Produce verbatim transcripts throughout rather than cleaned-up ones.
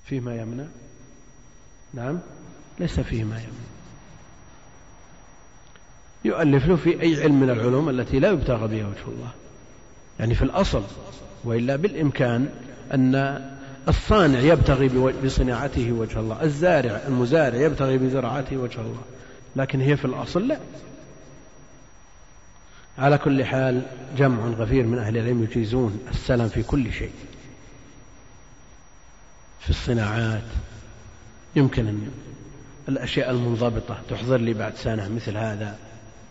فيه ما يمنع؟ نعم، ليس فيه ما يمنع. يؤلف له في أي علم من العلوم التي لا يبتغى بها وجه الله، يعني في الأصل، وإلا بالإمكان أن الصانع يبتغي بصناعته وجه الله، الزارع المزارع يبتغي بزراعته وجه الله، لكن هي في الأصل لا. على كل حال جمع غفير من أهل العلم يجيزون السلم في كل شيء. في الصناعات يمكن أن الأشياء المنضبطة تحضر لي بعد سنة مثل هذا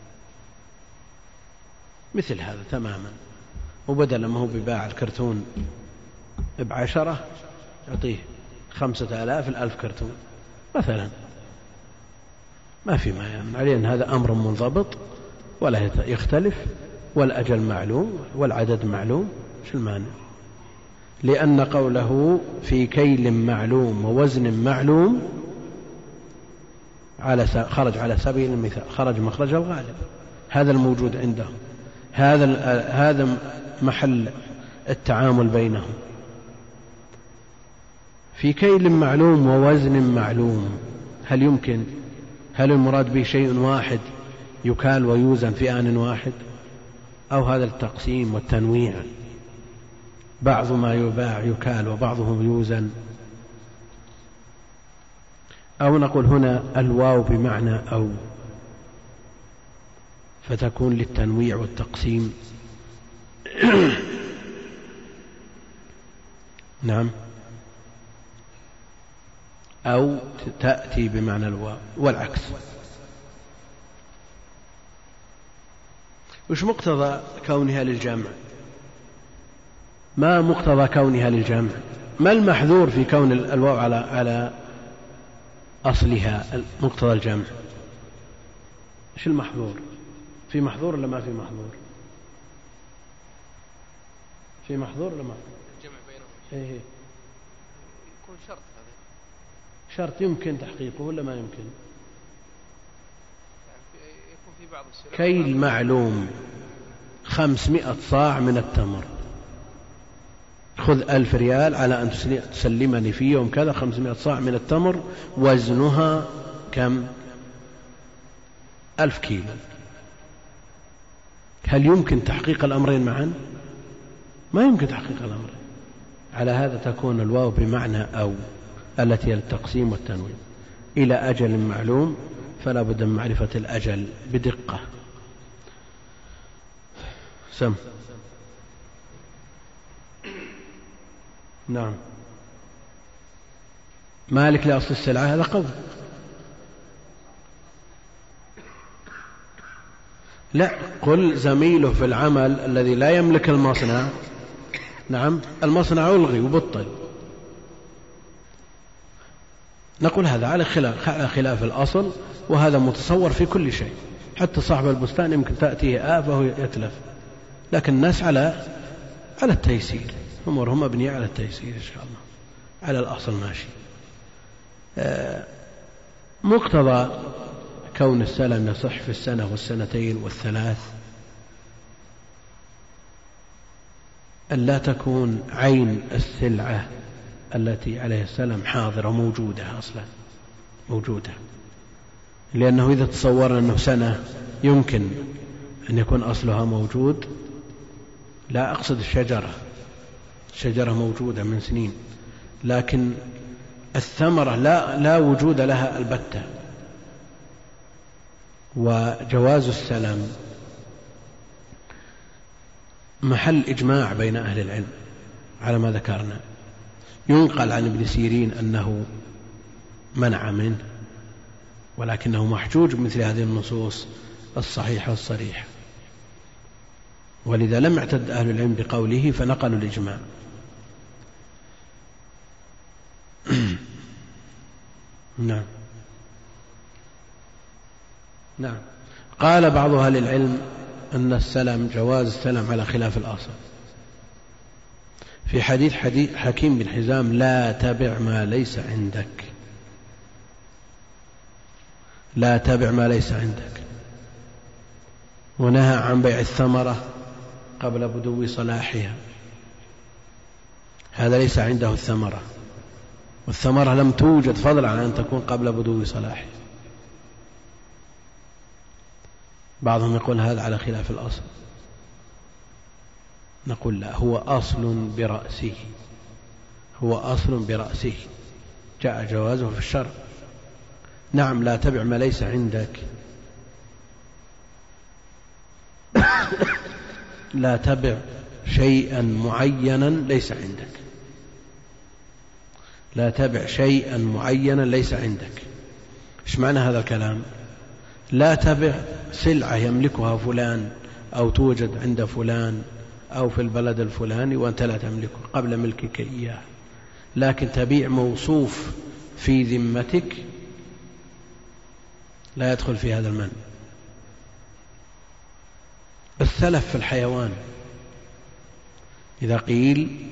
مثل هذا تماما، وبدل ما هو بباع الكرتون بعشرة يعطيه خمسة آلاف الألف كرتون مثلا، ما في ما يمنع، لأن هذا أمر منضبط ولا يختلف، والأجل معلوم والعدد معلوم، شو المانع؟ لأن قوله في كيل معلوم ووزن معلوم على خرج على سبيل المثال، خرج مخرج الغالب، هذا الموجود عندهم، هذا هذا محل التعامل بينهم. في كيل معلوم ووزن معلوم، هل يمكن هل المراد به شيء واحد يكال ويوزن في آن واحد، أو هذا التقسيم والتنويع، بعض ما يباع يكال وبعضه يوزن، أو نقول هنا الواو بمعنى أو فتكون للتنويع والتقسيم. نعم، أو تأتي بمعنى الواو والعكس. وش مقتضى كونها للجمع؟ ما مقتضى كونها للجمع؟ ما المحذور في كون الواو على على أصلها مقتضى الجمع؟ إيش المحذور؟ في محذور ولا ما في محذور؟ في محذور ولا ما؟ الجمع بينهم إيه يكون شرط، هذا شرط يمكن تحقيقه ولا ما يمكن؟ يعني يكون في بعض الشروط. كيل معلوم خمسمائة صاع من التمر، خذ ألف ريال على أن تسلمني في يوم كذا خمسمائة صاع من التمر، وزنها كم؟ ألف كيلو. هل يمكن تحقيق الأمرين معا؟ ما يمكن تحقيق الأمرين. على هذا تكون الواو بمعنى أو التي التقسيم والتنوين إلى أجل معلوم، فلا بد من معرفة الأجل بدقة. سم. نعم، مالك لأصل السلعة، هذا قول. لا، قل زميله في العمل الذي لا يملك المصنع، نعم المصنع ألغي وبطل، نقول هذا على خلاف, على خلاف الأصل، وهذا متصور في كل شيء، حتى صاحب البستان يمكن تأتيه آفة ويتلف، لكن الناس على على التيسير، أمورهم مبنية على التيسير إن شاء الله، على الأصل ماشي. مقتضى كون السلم يصح في السنة والسنتين والثلاث أن لا تكون عين السلعة التي عليها السلم حاضرة موجودة أصلا موجودة، لأنه إذا تصورنا أنه سنة يمكن أن يكون أصلها موجود، لا أقصد الشجرة، الشجرة موجودة من سنين، لكن الثمرة لا, لا وجود لها البتة. وجواز السلم محل إجماع بين أهل العلم على ما ذكرنا، ينقل عن ابن سيرين أنه منع منه، ولكنه محجوج بمثل هذه النصوص الصحيحة الصريحة، ولذا لم يعتد أهل العلم بقوله فنقلوا الإجماع. نعم نعم قال بعض أهل العلم أن السلم جواز السلم على خلاف الأصل، في حديث حديث حكيم بن حزام لا تبع ما ليس عندك، لا تبع ما ليس عندك، ونهى عن بيع الثمرة قبل بدو صلاحها، هذا ليس عنده الثمرة، والثمرة لم توجد فضلا عن أن تكون قبل بدو صلاحه. بعضهم يقول هذا على خلاف الأصل، نقول لا، هو أصل برأسه، هو أصل برأسه جاء جوازه في الشرع. نعم، لا تبع ما ليس عندك، لا تبع شيئا معينا ليس عندك، لا تبع شيئا معينا ليس عندك. إيش معنى هذا الكلام؟ لا تبع سلعة يملكها فلان أو توجد عند فلان أو في البلد الفلاني وأنت لا تملكه قبل ملكك إياه، لكن تبيع موصوف في ذمتك لا يدخل في هذا المنع. السلف في الحيوان، إذا قيل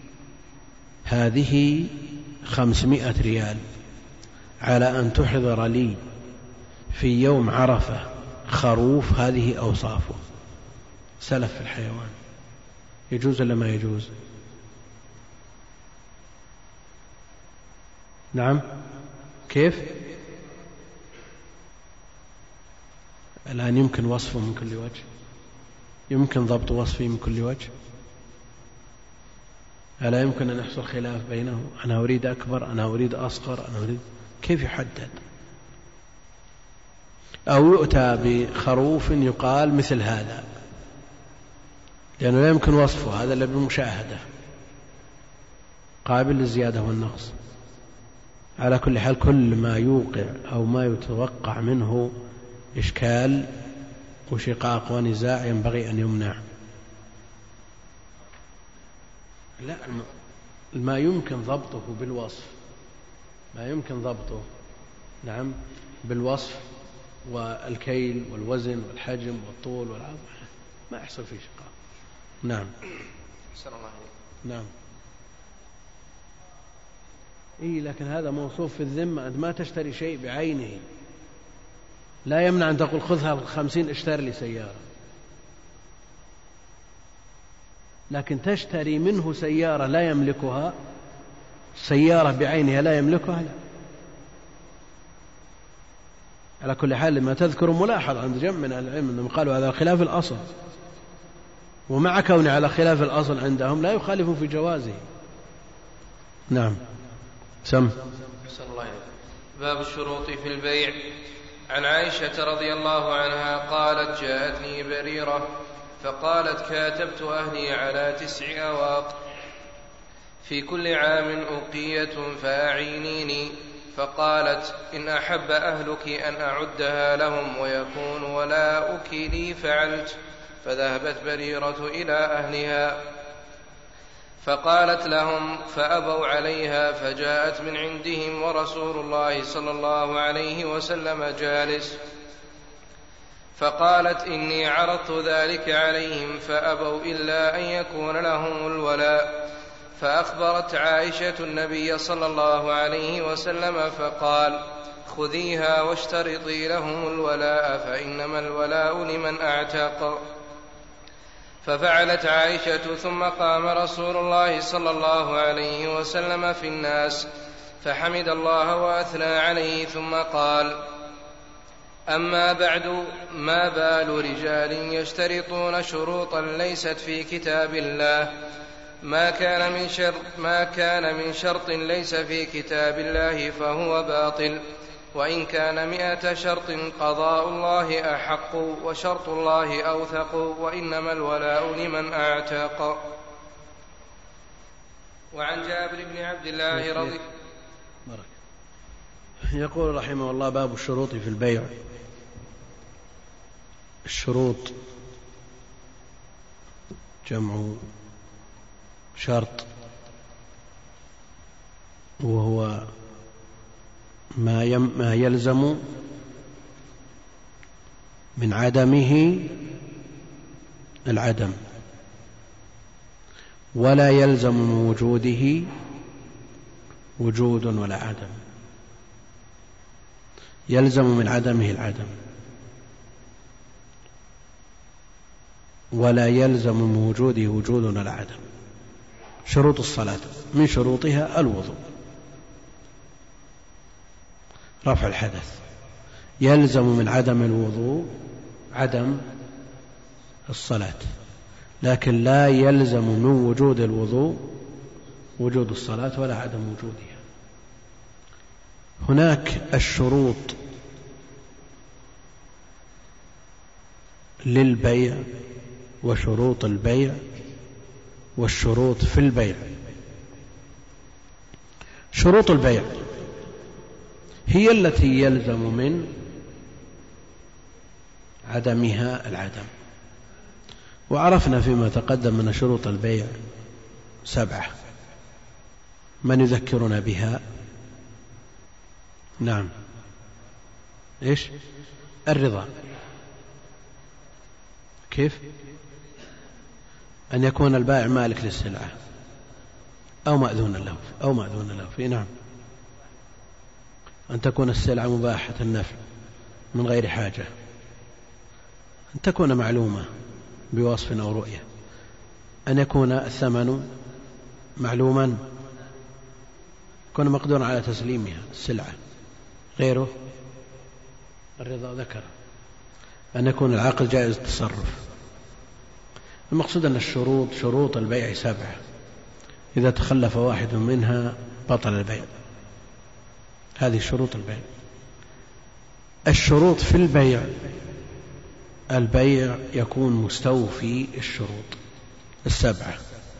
هذه خمسمائة ريال على أن تحضر لي في يوم عرفة خروف هذه أوصافه، سلف في الحيوان، يجوز ولا ما يجوز؟ نعم، كيف؟ الآن يمكن وصفه من كل وجه، يمكن ضبط وصفه من كل وجه، ألا يمكن أن يحصل خلاف بينه؟ أنا أريد أكبر، أنا أريد أصغر، أنا أريد، كيف يحدد؟ أو يؤتى بخروف يقال مثل هذا، لأنه لا يمكن وصفه، هذا إلا بالمشاهدة، قابل للزيادة والنقص. على كل حال كل ما يوقع أو ما يتوقع منه إشكال وشقاق ونزاع ينبغي أن يمنع. لا، ما يمكن ضبطه بالوصف، ما يمكن ضبطه نعم بالوصف والكيل والوزن والحجم والطول والعرض ما يحصل فيه شقاق. نعم. أحسن الله عليك. نعم. إيه، لكن هذا موصوف في الذمة، أنت ما تشتري شيء بعينه، لا يمنع أن تقول خذها الخمسين اشتري لي سيارة، لكن تشتري منه سيارة لا يملكها، سيارة بعينها لا يملكها، لا. على كل حال لما تذكر ملاحظ عند جمع من العلم أنهم قالوا هذا خلاف الأصل، ومع كونه على خلاف الأصل عندهم لا يخالف في جوازه. نعم. سم. أحسن الله عليك. باب الشروط في البيع. عن عائشة رضي الله عنها قالت جاءتني بريرة فقالت كاتبت أهلي على تسع أواق في كل عام أوقية فأعينيني، فقالت إن أحب أهلك أن أعدها لهم ويكون ولاؤك لي فعلت. فذهبت بريرة إلى أهلها فقالت لهم فأبوا عليها، فجاءت من عندهم ورسول الله صلى الله عليه وسلم جالس، فقالت إني عرضت ذلك عليهم فأبوا إلا أن يكون لهم الولاء. فأخبرت عائشة النبي صلى الله عليه وسلم فقال خذيها واشترطي لهم الولاء فإنما الولاء لمن أعتق. ففعلت عائشة، ثم قام رسول الله صلى الله عليه وسلم في الناس فحمد الله وأثنى عليه، ثم قال أما بعد، ما بال رجال يشترطون شروطا ليست في كتاب الله، ما كان من شرط, ما كان من شرط ليس في كتاب الله فهو باطل، وإن كان مئة شرط قضاء الله أحق وشرط الله أوثق، وإنما الولاء لمن أعتق. وعن جابر بن عبد الله رضي الله يقول رحمه الله باب الشروط في البيع. الشروط جمع شرط، وهو ما, يم ما يلزم من عدمه العدم، ولا يلزم من وجوده وجود ولا عدم. يلزم من عدمه العدم، ولا يلزم من وجوده وجود ولا عدم. شروط الصلاة من شروطها الوضوء، رفع الحدث، يلزم من عدم الوضوء عدم الصلاة، لكن لا يلزم من وجود الوضوء وجود الصلاة ولا عدم وجودها. هناك الشروط للبيع وشروط البيع والشروط في البيع. شروط البيع هي التي يلزم من عدمها العدم، وعرفنا فيما تقدم أن شروط البيع سبعة. من يذكرنا بها؟ نعم، إيش؟ الرضا. كيف؟ أن يكون البائع مالك للسلعة أو مأذون له أو مأذون له في. نعم. أن تكون السلعة مباحة النفع من غير حاجة، أن تكون معلومة بوصف أو رؤية، أن يكون الثمن معلوما، يكون مقدور على تسليمها السلعة. غيره الرضا ذكر، أن يكون العقد جائز التصرف. المقصود أن الشروط شروط البيع سبعة، إذا تخلف واحد منها بطل البيع. هذه شروط البيع. الشروط في البيع، البيع يكون مستوفي الشروط السبعة،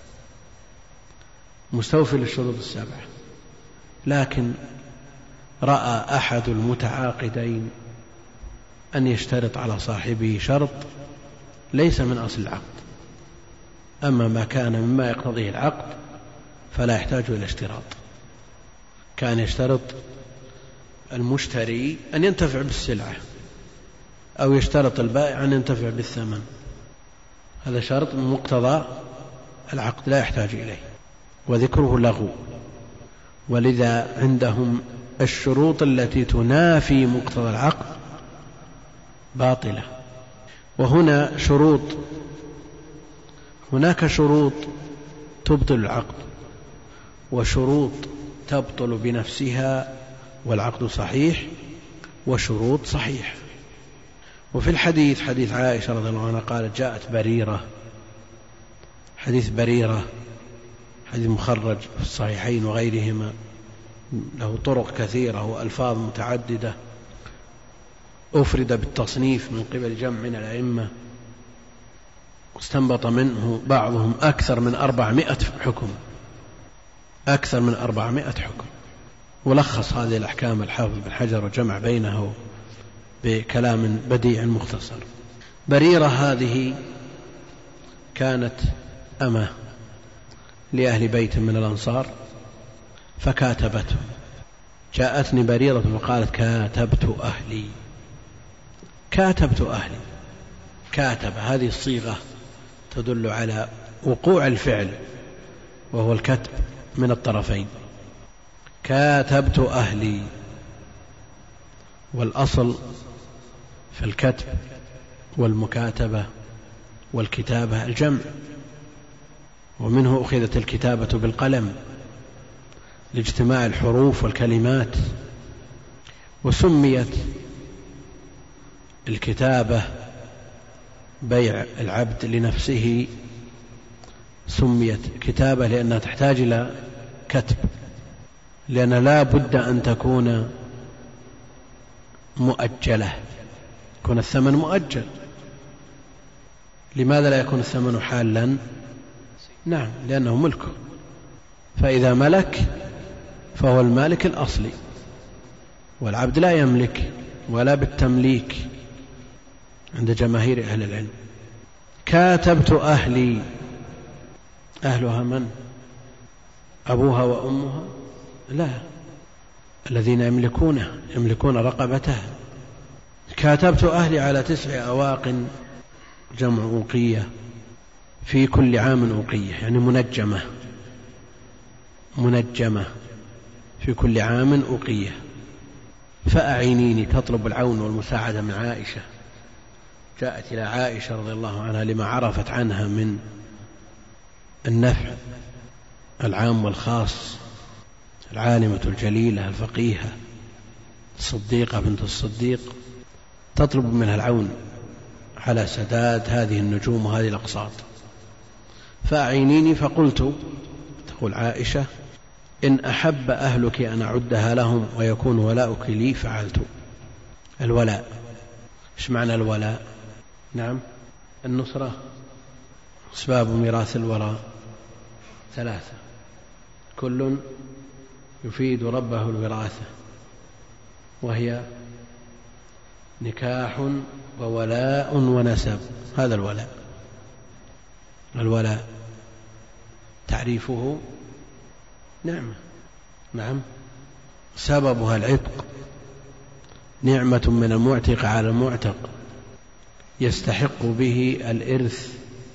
مستوفي للشروط السبعة، لكن رأى أحد المتعاقدين أن يشترط على صاحبه شرط ليس من أصل العقد، أما ما كان مما يقتضيه العقد فلا يحتاج إلى اشتراط. كان يشترط المشتري أن ينتفع بالسلعة، أو يشترط البائع أن ينتفع بالثمن، هذا شرط من مقتضى العقد لا يحتاج إليه، وذكره لغو. ولذا عندهم الشروط التي تنافي مقتضى العقد باطلة. وهنا شروط، هناك شروط تبطل العقد، وشروط تبطل بنفسها والعقد صحيح، وشروط صحيح. وفي الحديث حديث عائشة رضي الله عنها قالت جاءت بريرة، حديث بريرة حديث مخرج في الصحيحين وغيرهما، له طرق كثيرة وألفاظ متعددة، أفرد بالتصنيف من قبل جمع من الأئمة، واستنبط منه بعضهم أكثر من أربعمائة حكم، أكثر من أربعمائة حكم. ولخص هذه الأحكام الحافظ بن حجر وجمع بينه بكلام بديع مختصر. بريرة هذه كانت أمة لأهل بيت من الأنصار فكاتبته. جاءتني بريرة فقالت كاتبت أهلي، كاتبت أهلي. كاتب هذه الصيغة تدل على وقوع الفعل، وهو الكتب من الطرفين. كاتبت أهلي، والأصل في الكتب والمكاتبة والكتابة الجمع، ومنه أخذت الكتابة بالقلم لاجتماع الحروف والكلمات. وسميت الكتابة بيع العبد لنفسه، سميت كتابة لأنها تحتاج إلى كتب، لأن لا بد أن تكون مؤجلة، يكون الثمن مؤجل. لماذا لا يكون الثمن حالا؟ نعم، لأنه ملكه، فإذا ملك فهو المالك الأصلي، والعبد لا يملك ولا بالتمليك عند جماهير أهل العلم. كاتبت أهلي، أهلها من؟ أبوها وأمها؟ لا، الذين يملكونه يملكون رقبتها. كاتبت أهلي على تسع أواق، جمع أوقية، في كل عام أوقية، يعني منجمة، منجمة في كل عام أوقية. فأعينيني، تطلب العون والمساعدة من عائشة. جاءت إلى عائشة رضي الله عنها لما عرفت عنها من النفع العام والخاص، العالمة الجليلة الفقيهة الصديقة بنت الصديق تطلب منها العون على سداد هذه النجوم وهذه الأقساط، فأعينيني. فقلت، تقول عائشة: إن أحب أهلك أن أعدها لهم ويكون ولاؤك لي فعلت. الولاء، إيش معنى الولاء؟ نعم، النصرة. أسباب ميراث الوراء ثلاثة، كل يفيد ربه الوراثة، وهي نكاح وولاء ونسب. هذا الولاء. الولاء تعريفه نعمة، نعم، سببها العتق، نعمة من المعتق على المعتق يستحق به الإرث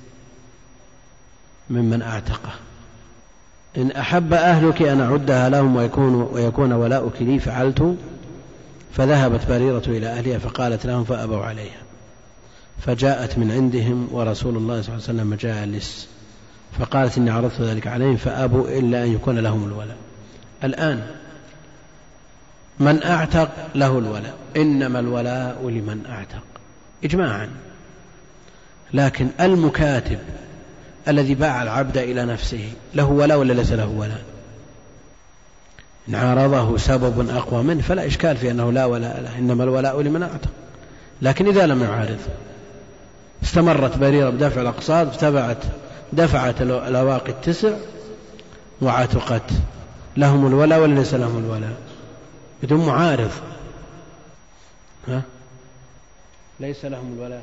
ممن أعتقه. إن أحب أهلك أن أعدها لهم ويكون, ويكون ولاؤك لي فعلت. فذهبت بريرة إلى أهلها فقالت لهم فأبوا عليها، فجاءت من عندهم ورسول الله صلى الله عليه وسلم جالس، فقالت: إني عرضت ذلك عليهم فأبوا إلا أن يكون لهم الولاء. الآن من أعتق له الولاء، إنما الولاء لمن أعتق إجماعا، لكن المكاتب الذي باع العبد إلى نفسه له ولاء ولا ليس له ولاء؟ إن عارضه سبب أقوى منه فلا إشكال في أنه لا ولاء له، إنما الولاء لمن أعتق. لكن إذا لم يعارض استمرت بريرة بدفع الأقساط، فتبعت دفعت الأواقي التسع وعتقت، لهم الولاء ولا ليس لهم الولاء؟ بدون معارض، ها؟ ليس لهم الولاء،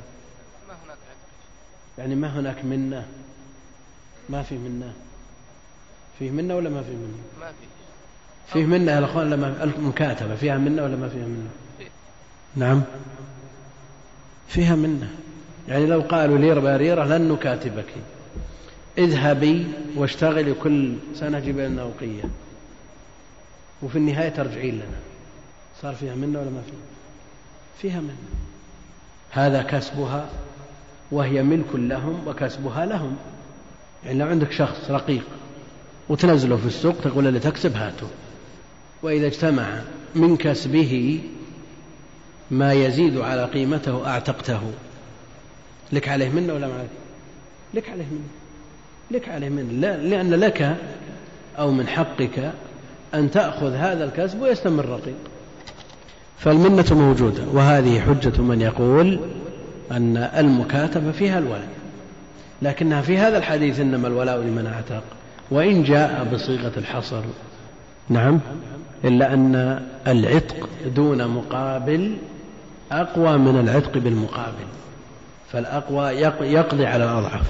يعني ما هناك منة، ما في منة، فيه منة ولا ما فيه منة؟ ما فيه. فيه منة يا الأخوان لما المكاتبة فيها منة ولا ما فيها منة؟ نعم فيها منة. يعني لو قالوا لي بريرة لن نكاتبك، اذهبي واشتغلي كل سنة جيبي لنا أوقية، وفي النهاية ترجعين لنا، صار فيها منة ولا ما فيها؟ فيها منة. هذا كسبها وهي ملك لهم وكسبها لهم. يعني لو عندك شخص رقيق وتنزله في السوق تقول اللي تكسب هاته، وإذا اجتمع من كسبه ما يزيد على قيمته أعتقته، لك عليه منه ولا ما عليك؟ لك عليه منه، لك عليه منه، لا لأن لك أو من حقك أن تأخذ هذا الكسب ويستمر رقيق. فالمنة موجودة، وهذه حجة من يقول أن المكاتبة فيها الولاء، لكنها في هذا الحديث إنما الولاء لمن أعتق، وإن جاء بصيغة الحصر نعم، إلا أن العتق دون مقابل أقوى من العتق بالمقابل، فالأقوى يقضي على الأضعف.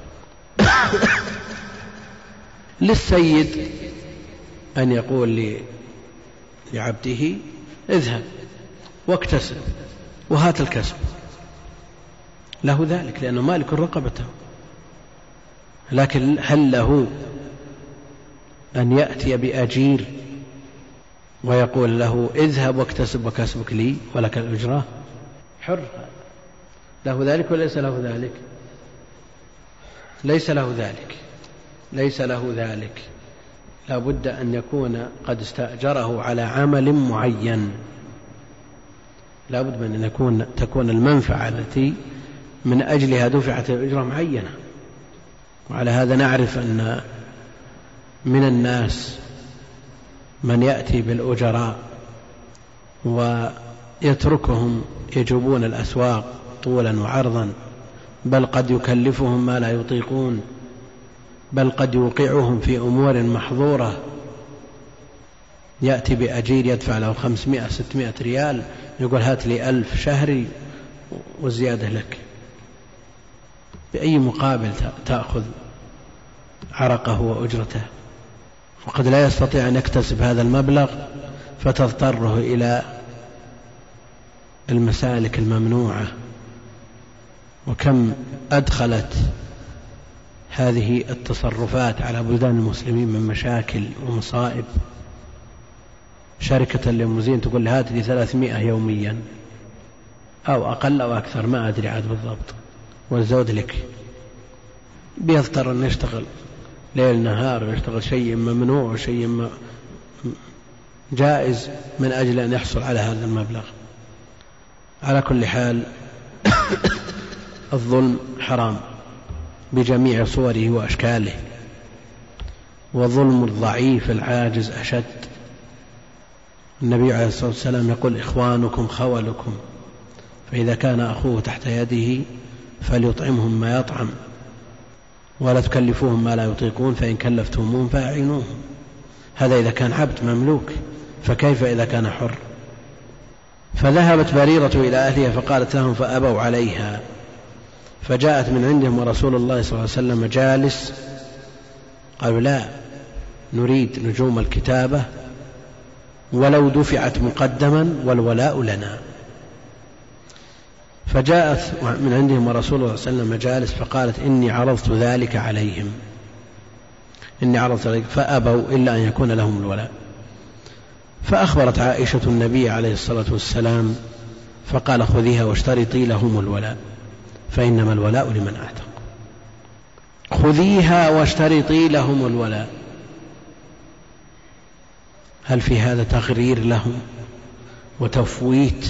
للسيد أن يقول لعبده اذهب واكتسب وهات الكسب، له ذلك لأنه مالك رقبته. لكن هل له أن يأتي بأجير ويقول له اذهب واكتسب وكسبك لي ولك الأجرة؟ حر، له ذلك وليس له ذلك؟ ليس له ذلك، ليس له ذلك. لا بد أن يكون قد استأجره على عمل معين، لا بد من أن يكون تكون المنفعة التي من أجلها دفعت الأجرة معينة. وعلى هذا نعرف أن من الناس من يأتي بالأجراء ويتركهم يجوبون الأسواق طولا وعرضا، بل قد يكلفهم ما لا يطيقون، بل قد يوقعهم في أمور محظورة. يأتي بأجير يدفع له خمسمائة ستمائة ريال، يقول هات لي ألف شهري والزيادة لك. بأي مقابل تأخذ عرقه وأجرته؟ وقد لا يستطيع أن يكتسب هذا المبلغ فتضطره إلى المسالك الممنوعة. وكم أدخلت هذه التصرفات على بلدان المسلمين من مشاكل ومصائب. شركة الليموزين تقول لي هات لي ثلاثمائة يوميا أو أقل أو أكثر، ما أدري عاد بالضبط، والزود لك. بيضطر أن يشتغل ليل نهار ويشتغل شيء ممنوع وشيء م... جائز من أجل أن يحصل على هذا المبلغ. على كل حال الظلم حرام بجميع صوره وأشكاله، وظلم الضعيف العاجز أشد. النبي عليه الصلاة والسلام يقول: إخوانكم خولكم، فإذا كان أخوه تحت يده فليطعمهم ما يطعم، ولا تكلفوهم ما لا يطيقون، فإن كلفتموهم فأعينوهم. هذا إذا كان عبد مملوك، فكيف إذا كان حر؟ فذهبت بريرة إلى أهلها فقالت لهم فأبوا عليها، فجاءت من عندهم ورسول الله صلى الله عليه وسلم جالس. قالوا: لا، نريد نجوم الكتابة ولو دفعت مقدما والولاء لنا. فجاءت من عندهم ورسول الله صلى الله عليه وسلم جالس، فقالت: إني عرضت ذلك عليهم، إني عرضت ذلك فأبوا إلا أن يكون لهم الولاء. فأخبرت عائشة النبي عليه الصلاة والسلام فقال: خذيها واشترطي لهم الولاء، فإنما الولاء لمن أعتق. خذيها واشترطي لهم الولاء. هل في هذا تغرير لهم وتفويت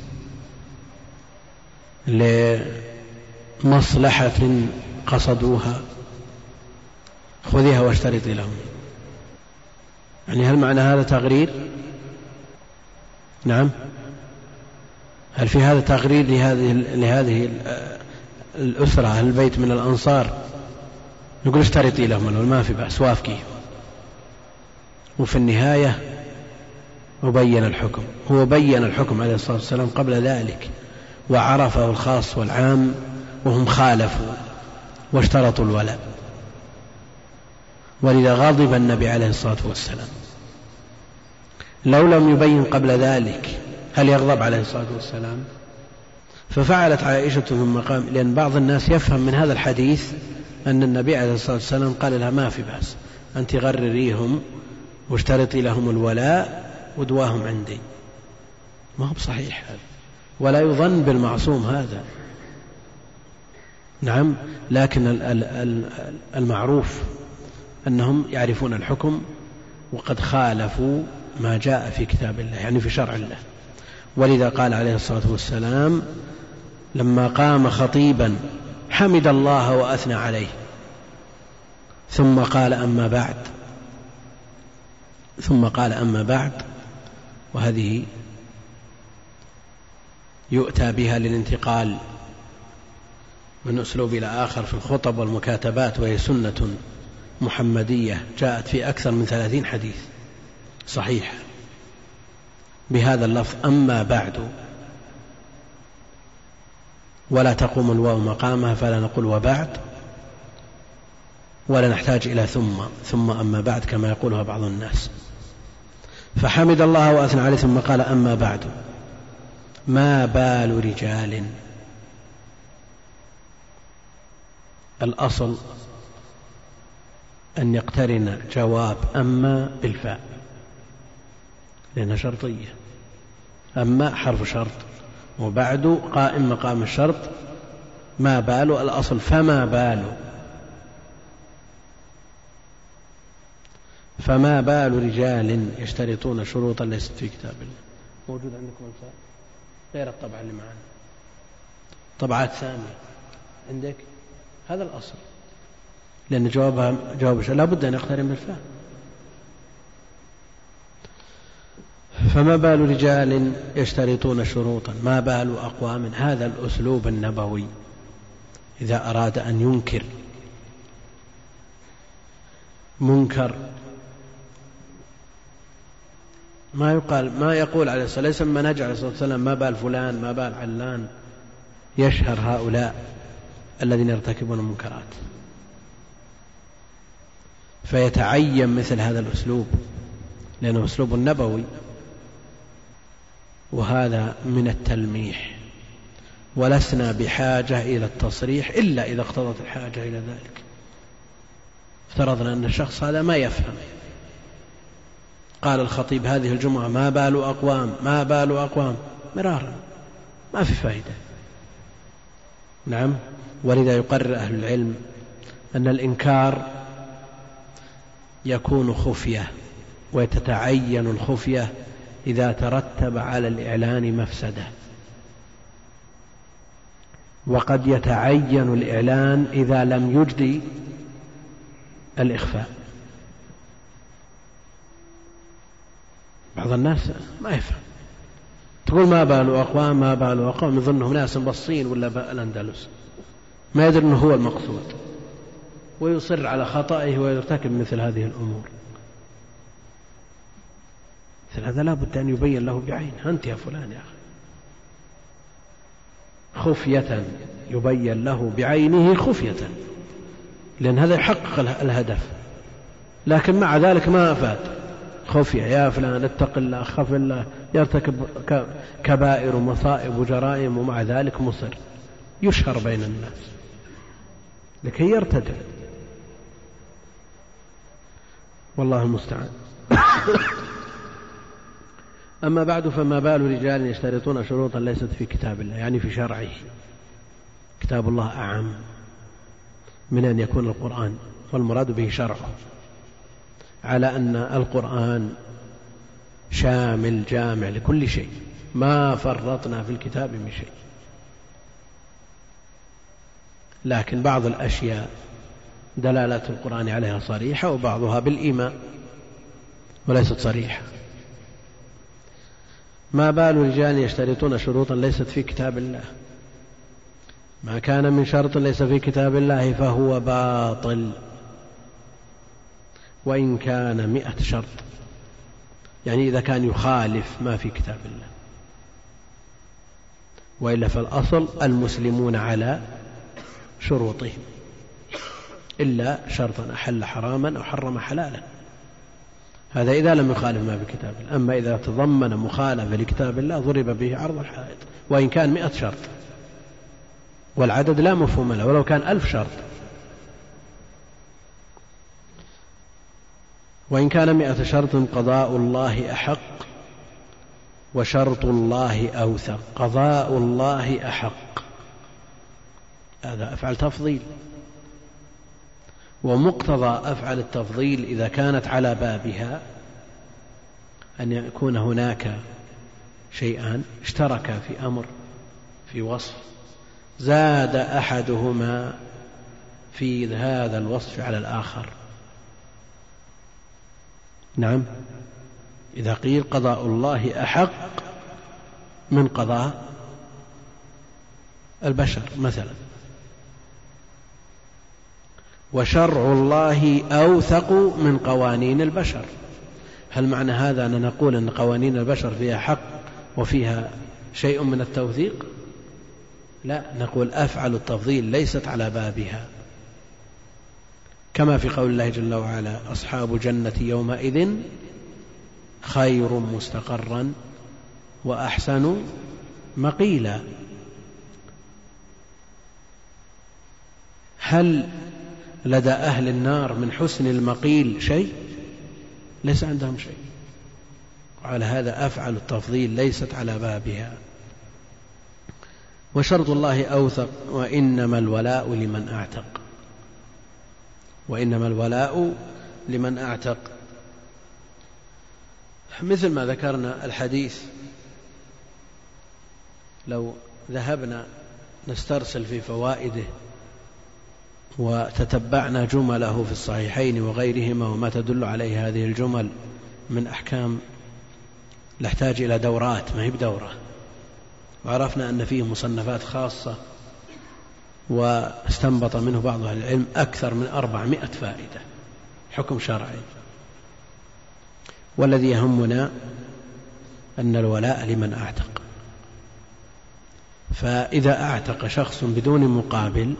لمصلحة قصدوها؟ خذيها واشترطي لهم، يعني هل معنى هذا تغرير؟ نعم. هل في هذا تغرير لهذه لهذه الأسرة أهل البيت من الأنصار؟ نقول اشترطي لهم ما في بأس، وافقي. وفي النهاية وبين الحكم، هو بين الحكم عليه الصلاة والسلام قبل ذلك، وعرفه الخاص والعام، وهم خالفوا واشترطوا الولاء، ولذا غضب النبي عليه الصلاة والسلام. لو لم يبين قبل ذلك هل يغضب عليه الصلاة والسلام؟ ففعلت عائشة ثم قام، لأن بعض الناس يفهم من هذا الحديث أن النبي عليه الصلاة والسلام قال لها: ما في بأس، أنت غرريهم واشترطي لهم الولاء ودواهم عندي. ما هو بصحيح هذا، ولا يظن بالمعصوم هذا. نعم، لكن المعروف أنهم يعرفون الحكم وقد خالفوا ما جاء في كتاب الله، يعني في شرع الله. ولذا قال عليه الصلاة والسلام لما قام خطيبا حمد الله وأثنى عليه، ثم قال: أما بعد، ثم قال: أما بعد. وهذه يؤتى بها للانتقال من أسلوب إلى آخر في الخطب والمكاتبات، وهي سنة محمدية جاءت في أكثر من ثلاثين حديث صحيح بهذا اللفظ: أما بعد. ولا تقوم الواو مقامها، فلا نقول وبعد، ولا نحتاج إلى ثم ثم أما بعد كما يقولها بعض الناس. فحمد الله وأثنى عليه ثم قال: أما بعد، ما بال رجال. الأصل أن يقترن جواب أما بالفاء لأنها شرطية. أما حرف شرط، وبعد قائم مقام الشرط. ما بال الأصل فما بال، فما بال رجال يشترطون شروطا ليست في كتاب الله. موجود عندكم الفاء غير الطبعة اللي معنا، طبعات ثانية عندك. هذا الأصل، لأن جوابها جواب لا بد أن يقترن بالفاء. فما بال رجال يشترطون شروطا، ما بال أقوام. هذا الأسلوب النبوي إذا أراد أن ينكر منكر ما يقال ما يقول عليه الصلاة والسلام، ليس منهج عليه الصلاة والسلام ما بال فلان ما بال علان. يشهر هؤلاء الذين يرتكبون المنكرات، فيتعين مثل هذا الأسلوب لأنه أسلوب نبوي، وهذا من التلميح. ولسنا بحاجة إلى التصريح إلا إذا اقتضت الحاجة إلى ذلك. افترضنا أن الشخص هذا ما يفهم، قال الخطيب هذه الجمعة ما بال أقوام ما بال أقوام مرارا، ما في فائدة. نعم. ولذا يقرر أهل العلم أن الإنكار يكون خفية وتتعين الخفية إذا ترتب على الإعلان مفسدة، وقد يتعين الإعلان إذا لم يجدي الإخفاء. بعض الناس ما يفهم، تقول ما بالوا أقوام ما بالوا أقوام يظنهم ناس بالصين ولا بالأندلس، ما يدري أنه هو المقصود ويصر على خطئه ويرتكب مثل هذه الأمور. مثل هذا لا بد أن يبين له بعينه، أنت يا فلان يا أخي، خفية يبين له بعينه خفية، لأن هذا يحقق الهدف. لكن مع ذلك ما أفاد خفية، يا فلان اتق الله خف الله، يرتكب كبائر ومصائب وجرائم ومع ذلك مصر يشهر بين الناس لكي يرتدع. والله المستعان. أما بعد، فما بال رجال يشترطون شروطا ليست في كتاب الله، يعني في شرعه. كتاب الله أعم من أن يكون القرآن، والمراد به شرعه، على أن القرآن شامل جامع لكل شيء، ما فرطنا في الكتاب من شيء. لكن بعض الأشياء دلالة القرآن عليها صريحة، وبعضها بالإيمان وليست صريحة. ما بال رجال يشترطون شروطا ليست في كتاب الله، ما كان من شرط ليس في كتاب الله فهو باطل وإن كان مئة شرط، يعني إذا كان يخالف ما في كتاب الله. وإلا فالأصل المسلمون على شروطهم إلا شرطا أحل حراما أو حرم حلالا، هذا إذا لم يخالف ما في كتاب الله. أما إذا تضمن مخالفة لكتاب الله ضرب به عرض الحائط وإن كان مئة شرط، والعدد لا مفهوم له ولو كان ألف شرط. وإن كان مئة شرط قضاء الله أحق وشرط الله أوثق. قضاء الله أحق، هذا أفعل تفضيل، ومقتضى أفعل التفضيل إذا كانت على بابها أن يكون هناك شيئان اشتركا في أمر في وصف، زاد أحدهما في هذا الوصف على الآخر. نعم، إذا قيل قضاء الله أحق من قضاء البشر مثلا، وشرع الله أوثق من قوانين البشر، هل معنى هذا أن نقول أن قوانين البشر فيها حق وفيها شيء من التوثيق؟ لا، نقول أفعل التفضيل ليست على بابها، كما في قول الله جل وعلا أصحاب جنة يومئذ خير مستقرا وأحسن مقيلا. هل لدى أهل النار من حسن المقيل شيء؟ ليس عندهم شيء. وعلى هذا أفعل التفضيل ليست على بابها. وشرط الله أوثق، وإنما الولاء لمن أعتق، وإنما الولاء لمن أعتق، مثل ما ذكرنا الحديث. لو ذهبنا نسترسل في فوائده وتتبعنا جمله في الصحيحين وغيرهما وما تدل عليه هذه الجمل من أحكام نحتاج إلى دورات، ما هي بدورة. وعرفنا أن فيه مصنفات خاصة واستنبط منه بعض أهل العلم أكثر من أربعمائة فائدة حكم شرعي. والذي يهمنا أن الولاء لمن أعتق، فإذا أعتق شخص بدون مقابل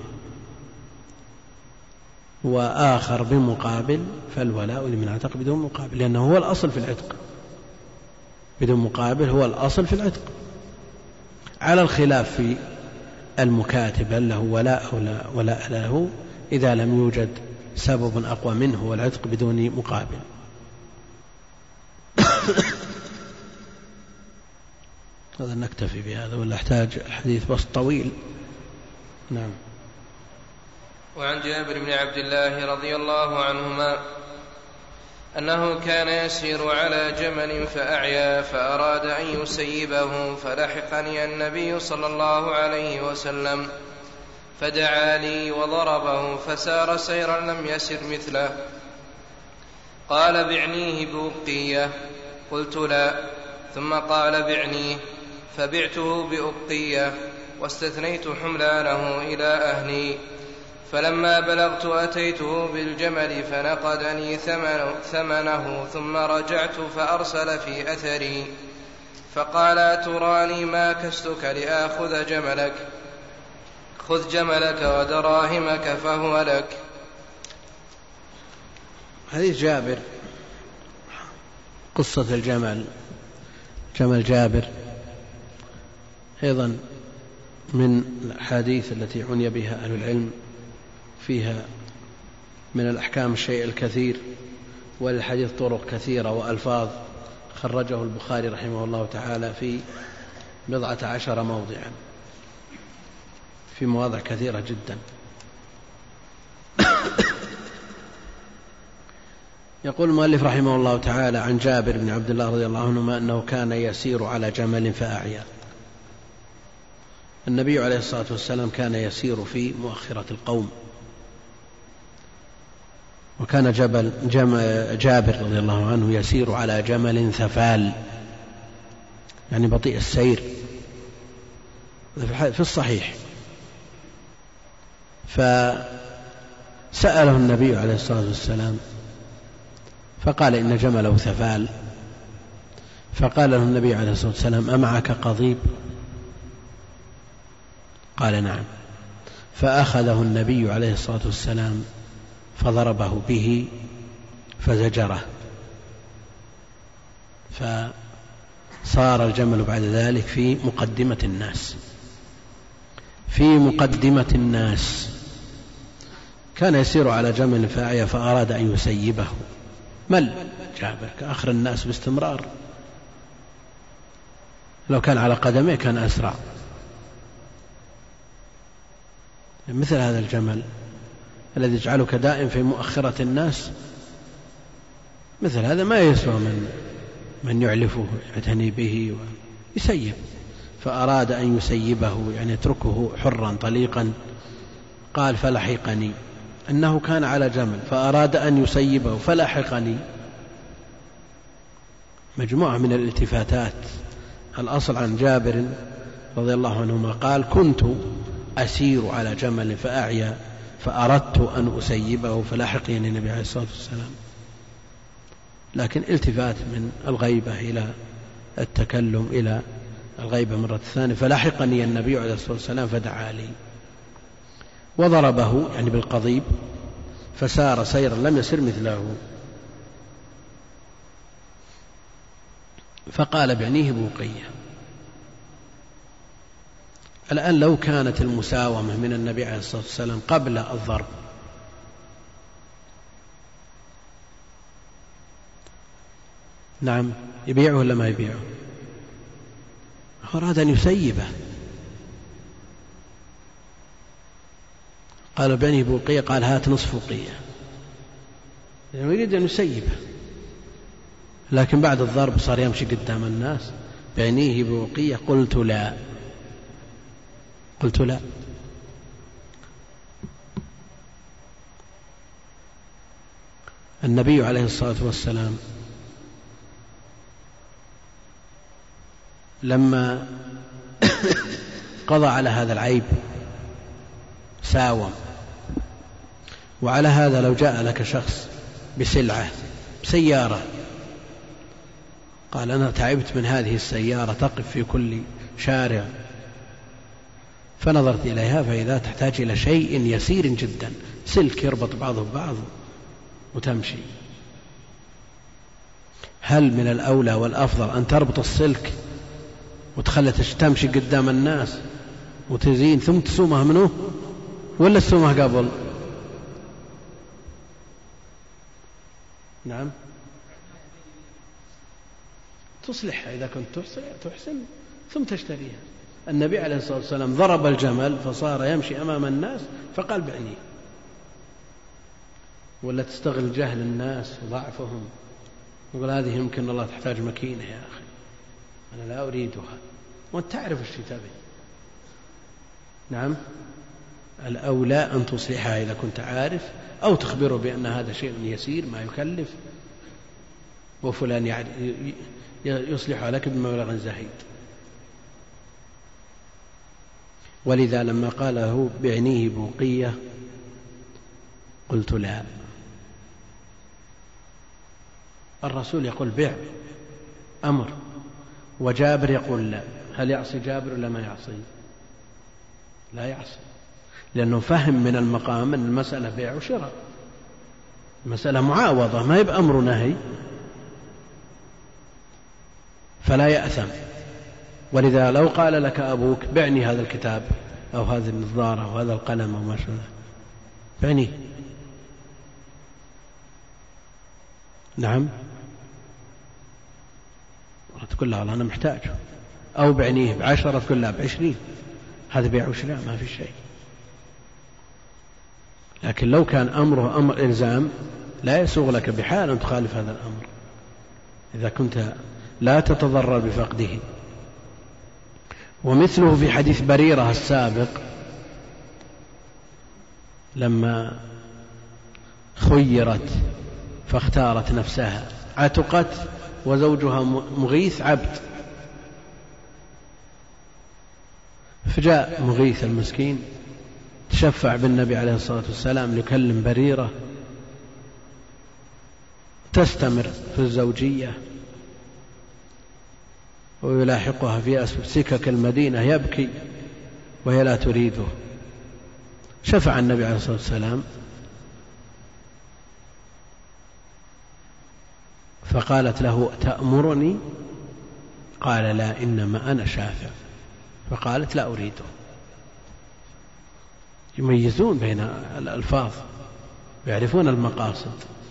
وآخر بمقابل فالولاء لمن أعتق بدون مقابل، لأنه هو الأصل في العتق، بدون مقابل هو الأصل في العتق، على الخلاف في المكاتب هل له ولاء أو لا ولاء له إذا لم يوجد سبب أقوى منه والعتق بدون مقابل. هذا نكتفي بهذا ولا احتاج الحديث بس طويل. نعم. وعن جابر بن عبد الله رضي الله عنهما أنه كان يسير على جمل فأعيا فأراد أن يسيبه فلحقني النبي صلى الله عليه وسلم فدعا لي وضربه فسار سيرا لم يسر مثله. قال بعنيه بأبقية؟ قلت لا. ثم قال بعنيه، فبعته بأبقية واستثنيت حملانه إلى أهلي. فلما بلغت أتيته بالجمل فنقدني ثمنه ثم رجعت فأرسل في أثري فقال تراني ما كستك لآخذ جملك، خذ جملك ودراهمك فهو لك. حديث جابر، قصة الجمل، جمل جابر أيضا من الأحاديث التي عني بها أهل العلم، فيها من الأحكام الشيء الكثير، والحديث طرق كثيرة وألفاظ، خرجه البخاري رحمه الله تعالى في بضعة عشر موضعا، في مواضع كثيرة جدا. يقول المؤلف رحمه الله تعالى عن جابر بن عبد الله رضي الله عنهما أنه كان يسير على جمل فأعيا. النبي عليه الصلاة والسلام كان يسير في مؤخرة القوم، وكان جبل جابر رضي الله عنه يسير على جمل ثفال، يعني بطيء السير في الصحيح. فسأله النبي عليه الصلاة والسلام فقال إن جمله ثفال، فقال له النبي عليه الصلاة والسلام أمعك قضيب؟ قال نعم. فأخذه النبي عليه الصلاة والسلام فضربه به فزجره، فصار الجمل بعد ذلك في مقدمة الناس في مقدمة الناس كان يسير على جمل فأعيا فأراد أن يسيبه، مل جابر كآخر الناس باستمرار، لو كان على قدمه كان أسرع. مثل هذا الجمل الذي يجعلك دائم في مؤخرة الناس، مثل هذا ما يسوى من من يعلفه يعتني به ويسيب. فأراد أن يسيبه، يعني يتركه حرا طليقا. قال فلحقني، أنه كان على جمل فأراد أن يسيبه فلحقني. مجموعة من الالتفاتات. الأصل عن جابر رضي الله عنهما قال كنت أسير على جمل فأعيا فأردت أن أسيبه فلحقني النبي عليه الصلاة والسلام، لكن التفات من الغيبة إلى التكلم إلى الغيبة مرة ثانية. فلحقني النبي عليه الصلاة والسلام فدعا لي وضربه، يعني بالقضيب، فسار سيرا لم يسر مثله. فقال بعنيه بوقية. الآن لو كانت المساومة من النبي عليه الصلاة والسلام قبل الضرب نعم يبيعه ولا ما يبيعه؟ أراد أن يسيبه. قال بعنيه بوقية، قال هات نصف وقية، يعني يريد أن يسيبه، لكن بعد الضرب صار يمشي قدام الناس بعنيه بوقية. قلت لا قلت لا النبي عليه الصلاة والسلام لما قضى على هذا العيب ساوم. وعلى هذا لو جاء لك شخص بسلعة سيارة قال أنا تعبت من هذه السيارة تقف في كل شارع، فنظرت إليها فإذا تحتاج إلى شيء يسير جدا، سلك يربط بعضه ببعض وتمشي، هل من الأولى والأفضل أن تربط السلك وتخلي تمشي قدام الناس وتزين ثم تسومها منه، ولا تسومها قبل؟ نعم تصلحها إذا كنت تحسن ثم تشتريها. النبي عليه الصلاة والسلام ضرب الجمل فصار يمشي أمام الناس فقال بعنيه، ولا تستغل جهل الناس وضعفهم يقول هذه يمكن الله تحتاج مكينة يا أخي، أنا لا أريدها، وأنت تعرف ايش تبي. نعم، الأولى أن تصلحها إذا كنت عارف، أو تخبره بأن هذا شيء يسير ما يكلف، وفلان يصلحها لك بمبلغ زهيد. ولذا لما قال له بعنيه بوقية قلت لا، الرسول يقول بيع أمر، وجابر يقول لا. هل يعصي جابر ولا ما يعصي؟ لا يعصي، لأنه فهم من المقام أن المسألة بيع وشراء، مسألة معاوضة ما يبقى أمر نهي، فلا يأثم. ولذا لو قال لك أبوك بعني هذا الكتاب أو هذه النظارة أو هذا القلم أو ما شابه، بعني، نعم، تقول له أنا محتاجه، أو بعنيه بعشرة تقول لا بعشرين، هذا بيع وشراء ما في شيء. لكن لو كان أمره أمر إلزام لا يسوغ لك بحال أن تخالف هذا الأمر إذا كنت لا تتضرر بفقده. ومثله في حديث بريرة السابق لما خيرت فاختارت نفسها، عتقت وزوجها مغيث عبد، فجاء مغيث المسكين تشفع بالنبي عليه الصلاة والسلام ليكلم بريرة تستمر في الزوجية ويلاحقها في سكك المدينة يبكي وهي لا تريده. شفع النبي عليه الصلاة والسلام فقالت له تأمرني؟ قال لا، إنما أنا شافع. فقالت لا أريده. يميزون بين الألفاظ، يعرفون المقاصد،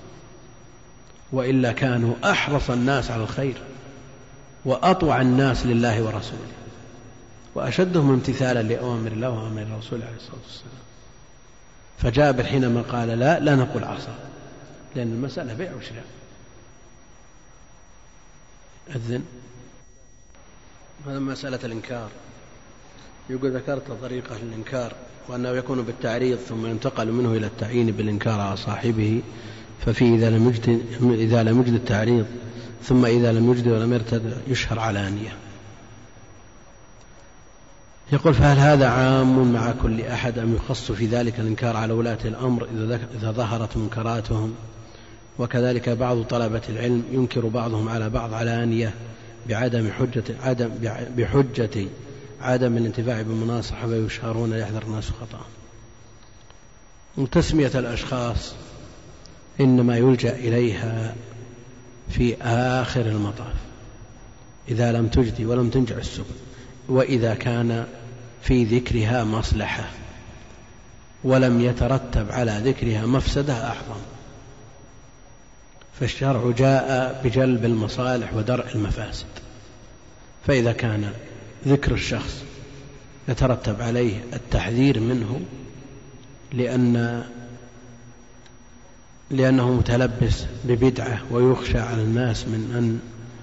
وإلا كانوا أحرص الناس على الخير وأطوع الناس لله ورسوله وأشدهم امتثالا لأوامر الله وأوامر الرسول عليه الصلاة والسلام. فجابر حينما قال لا لا نقول عصا، لأن المسألة بيع وشراء. أذن. هذا مسألة الإنكار. يقول ذكرت طريقة الإنكار وأنه يكون بالتعريض ثم ينتقل منه إلى التعيين بالإنكار على صاحبه، ففي إذا لم يجد إذا لم يجد التعريض ثم إذا لم يجد ولم يرتد يشهر علانية. يقول فهل هذا عام مع كل أحد أم يخص في ذلك الإنكار على ولاة الأمر إذا ظهرت منكراتهم؟ وكذلك بعض طلبة العلم ينكر بعضهم على بعض علانية بعدم حجة عدم بحجة عدم الانتفاع بالمناصحة ويشهرون يحذر الناس خطأ. وتسمية الأشخاص إنما يلجأ إليها في آخر المطاف إذا لم تجدي ولم تنجع السبل، وإذا كان في ذكرها مصلحة ولم يترتب على ذكرها مفسدة أعظم، فالشرع جاء بجلب المصالح ودرء المفاسد. فإذا كان ذكر الشخص يترتب عليه التحذير منه لأن لأنه متلبس ببدعة ويخشى على الناس من أن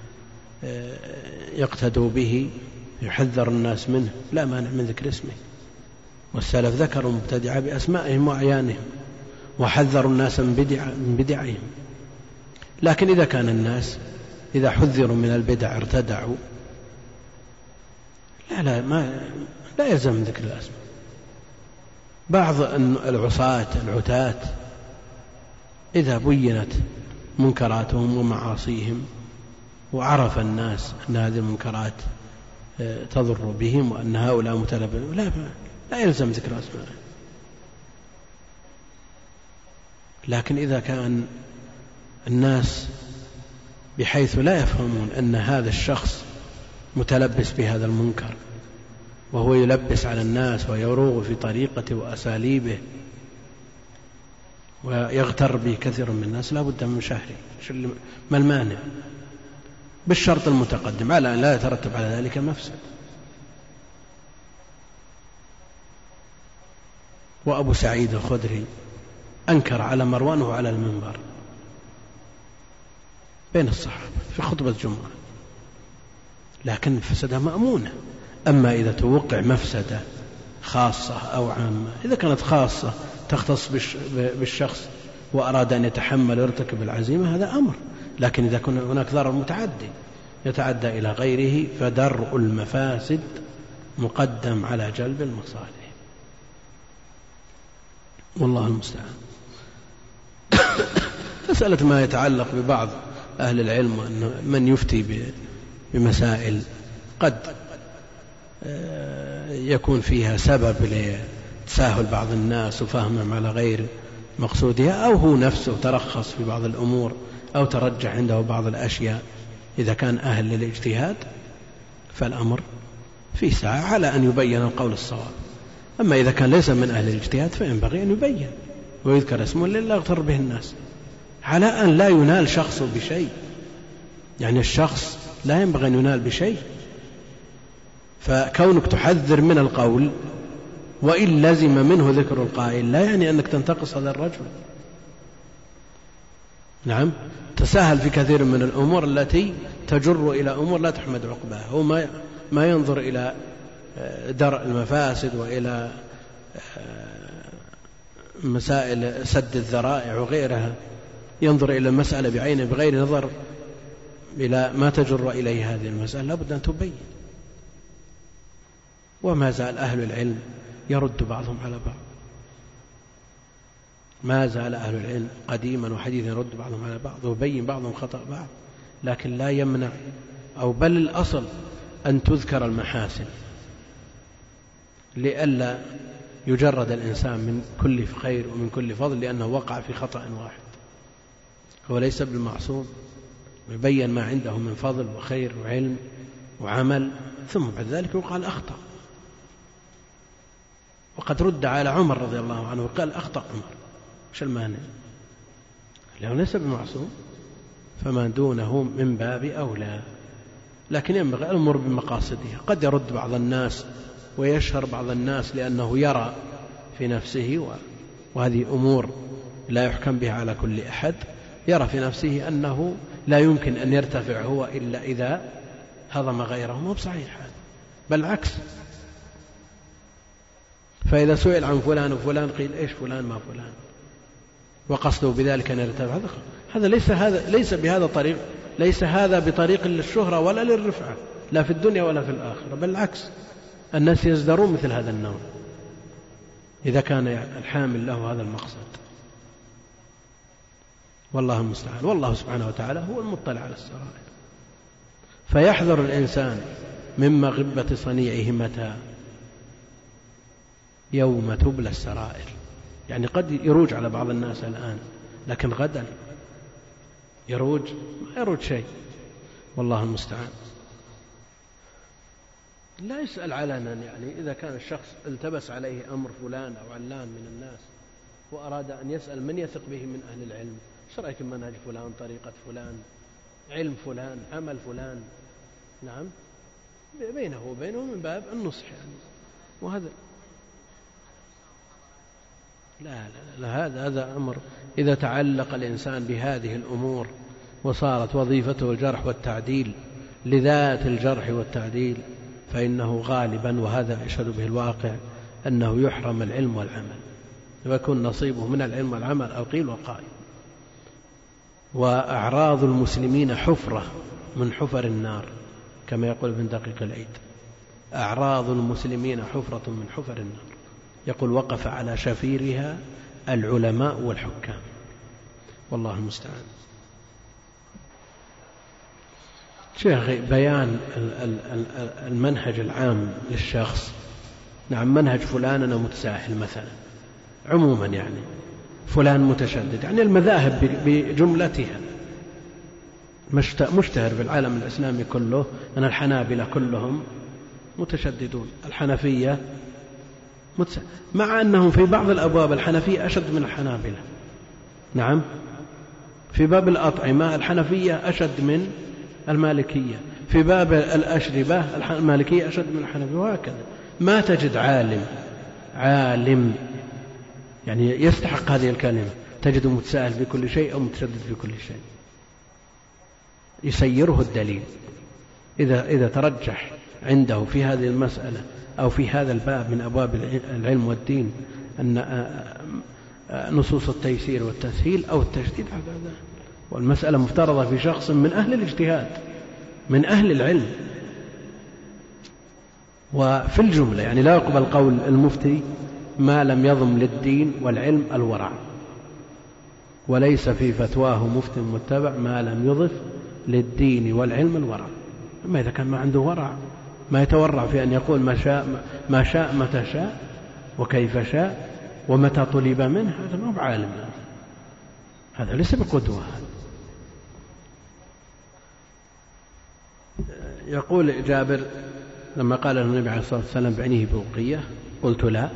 يقتدوا به، يحذر الناس منه، لا مانع من ذكر اسمه. والسلف ذكروا المبتدعة بأسمائهم وأعيانهم وحذروا الناس من بدعهم. لكن إذا كان الناس إذا حذروا من البدع ارتدعوا، لا لا ما لا يلزم ذكر الأسماء. بعض العصاة العتاة إذا بينت منكراتهم ومعاصيهم وعرف الناس أن هذه المنكرات تضر بهم وأن هؤلاء متلبسون، لا لا يلزم ذكر أسماء. لكن إذا كان الناس بحيث لا يفهمون أن هذا الشخص متلبس بهذا المنكر وهو يلبس على الناس ويروغ في طريقته وأساليبه ويغتر به كثير من الناس، لا بد من شهره. ما المانع؟ بالشرط المتقدم على أن لا يترتب على ذلك مفسد. وأبو سعيد الخدري أنكر على مروان وعلى المنبر، بين الصحابة في خطبة الجمعة، لكن مفسدة مأمونة. أما إذا توقع مفسدة خاصة أو عامة، إذا كانت خاصة تختص بالشخص وأراد أن يتحمل ويرتكب العزيمة هذا أمر، لكن إذا كان هناك ضرر متعدي يتعدى إلى غيره فدرء المفاسد مقدم على جلب المصالح، والله المستعان. مسألة ما يتعلق ببعض أهل العلم أن من يفتي بمسائل قد يكون فيها سبب لتساهل بعض الناس وفهمهم على غير مقصودها، أو هو نفسه ترخص في بعض الأمور أو ترجح عنده بعض الأشياء، إذا كان أهل للاجتهاد فالأمر في ساعة على أن يبين القول الصواب. أما إذا كان ليس من أهل الاجتهاد فينبغي أن يبين ويذكر اسمه لله يغتر به الناس، على أن لا ينال شخص بشيء. يعني الشخص لا ينبغي أن ينال بشيء، فكونك تحذر من القول وإن لزم منه ذكر القائل لا يعني أنك تنتقص هذا الرجل. نعم، تساهل في كثير من الأمور التي تجر إلى أمور لا تحمد عقباها. هو ما ما ينظر إلى درء المفاسد وإلى مسائل سد الذرائع وغيرها، ينظر إلى المسألة بعينه بغير نظر إلى ما تجر إليه هذه المسألة. لابد أن تبين. وما زال أهل العلم يرد بعضهم على بعض، ما زال أهل العلم قديما وحديثا يرد بعضهم على بعض ويبين بعضهم خطأ بعض، لكن لا يمنع أو بل الأصل أن تذكر المحاسن لئلا يجرد الإنسان من كل خير ومن كل فضل لأنه وقع في خطأ واحد. هو ليس بالمعصوم، ويبين ما عنده من فضل وخير وعلم وعمل، ثم بعد ذلك يقال أخطأ. وقد رد على عمر رضي الله عنه وقال أخطأ عمر، وش المانع؟ لأنه ليس بمعصوم، فما دونه من باب أولى. لكن ينبغي الأمور بمقاصدها. قد يرد بعض الناس ويشهر بعض الناس لأنه يرى في نفسه، وهذه أمور لا يحكم بها على كل أحد، يرى في نفسه أنه لا يمكن أن يرتفع هو إلا إذا هضم غيره. مو بصحيح هذا، بل العكس. فإذا سئل عن فلان وفلان قيل إيش فلان ما فلان، وقصده بذلك أن يرتفع، هذا ليس هذا ليس بهذا طريق، ليس هذا بطريق للشهرة ولا للرفعة، لا في الدنيا ولا في الآخرة، بل العكس. الناس يزدرون مثل هذا النوع إذا كان الحامل له هذا المقصد. والله المستعان. والله سبحانه وتعالى هو المطلع على السرائر، فيحذر الإنسان من مغبة صنيعه متى؟ يوم تبلى السرائر. يعني قد يروج على بعض الناس الآن، لكن غدا يروج ما يروج شيء. والله المستعان. لا يسأل علنا، يعني إذا كان الشخص التبس عليه أمر فلان أو علان من الناس وأراد أن يسأل من يثق به من أهل العلم، ايش رأيك منهج فلان، طريقة فلان، علم فلان، عمل فلان؟ نعم، بينه وبينه من باب النصح يعني. وهذا لا لا لا هذا هذا أمر إذا تعلق الإنسان بهذه الأمور وصارت وظيفته الجرح والتعديل لذات الجرح والتعديل، فإنه غالبا، وهذا يشهد به الواقع، أنه يحرم العلم والعمل، ويكون نصيبه من العلم والعمل القيل والقائل. وأعراض المسلمين حفرة من حفر النار، كما يقول ابن دقيق العيد: أعراض المسلمين حفرة من حفر النار. يقول: وقف على شفيرها العلماء والحكام. والله المستعان. شيخ، بيان المنهج العام للشخص. نعم، منهج فلان أنا متساهل مثلا عموما، يعني فلان متشدد، يعني المذاهب بجملتها مشتهر في العالم الإسلامي كله أن الحنابلة كلهم متشددون، الحنفية متساهل، مع أنهم في بعض الأبواب الحنفية أشد من الحنابلة. نعم، في باب الأطعمة الحنفية أشد من المالكية، في باب الأشربة المالكية أشد من الحنفية، وهكذا. ما تجد عالم عالم يعني يستحق هذه الكلمة تجده متساهل في كل شيء أو متشدد في كل شيء. يسيره الدليل. إذا, إذا ترجح عنده في هذه المسألة أو في هذا الباب من أبواب العلم والدين أن نصوص التيسير والتسهيل أو التشديد، هذا والمسألة مفترضة في شخص من أهل الاجتهاد من أهل العلم. وفي الجملة يعني لا يقبل قول المفتي ما لم يضم للدين والعلم الورع، وليس في فتواه مفت متبع ما لم يضف للدين والعلم الورع. أما إذا كان ما عنده ورع، ما يتورع في أن يقول ما شاء ما شاء متى شاء وكيف شاء ومتى طلب منه، هذا ما هو عالم، هذا ليس بقدوة. يقول جابر لما قال النبي عليه الصلاة والسلام بعنيه بوقية، قلت لا،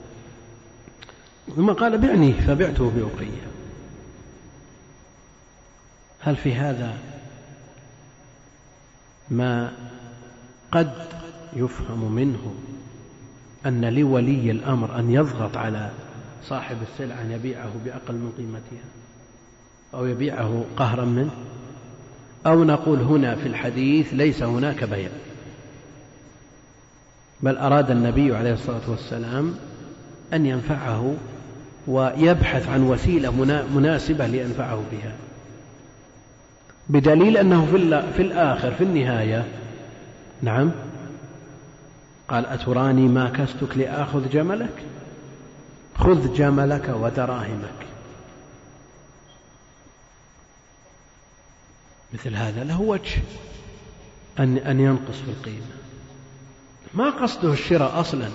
ثم قال بعنيه فبعته بوقية. هل في هذا ما قد يفهم منه أن لولي الأمر أن يضغط على صاحب السلعة أن يبيعه بأقل من قيمتها أو يبيعه قهرا منه؟ أو نقول هنا في الحديث ليس هناك بيع، بل أراد النبي عليه الصلاة والسلام أن ينفعه ويبحث عن وسيلة مناسبة لينفعه بها، بدليل أنه في الآخر في النهاية نعم قال أتراني ما كستك لآخذ جملك، خذ جملك ودراهمك. مثل هذا له وجه أن, أن ينقص في القيمة، ما قصده الشراء أصلا،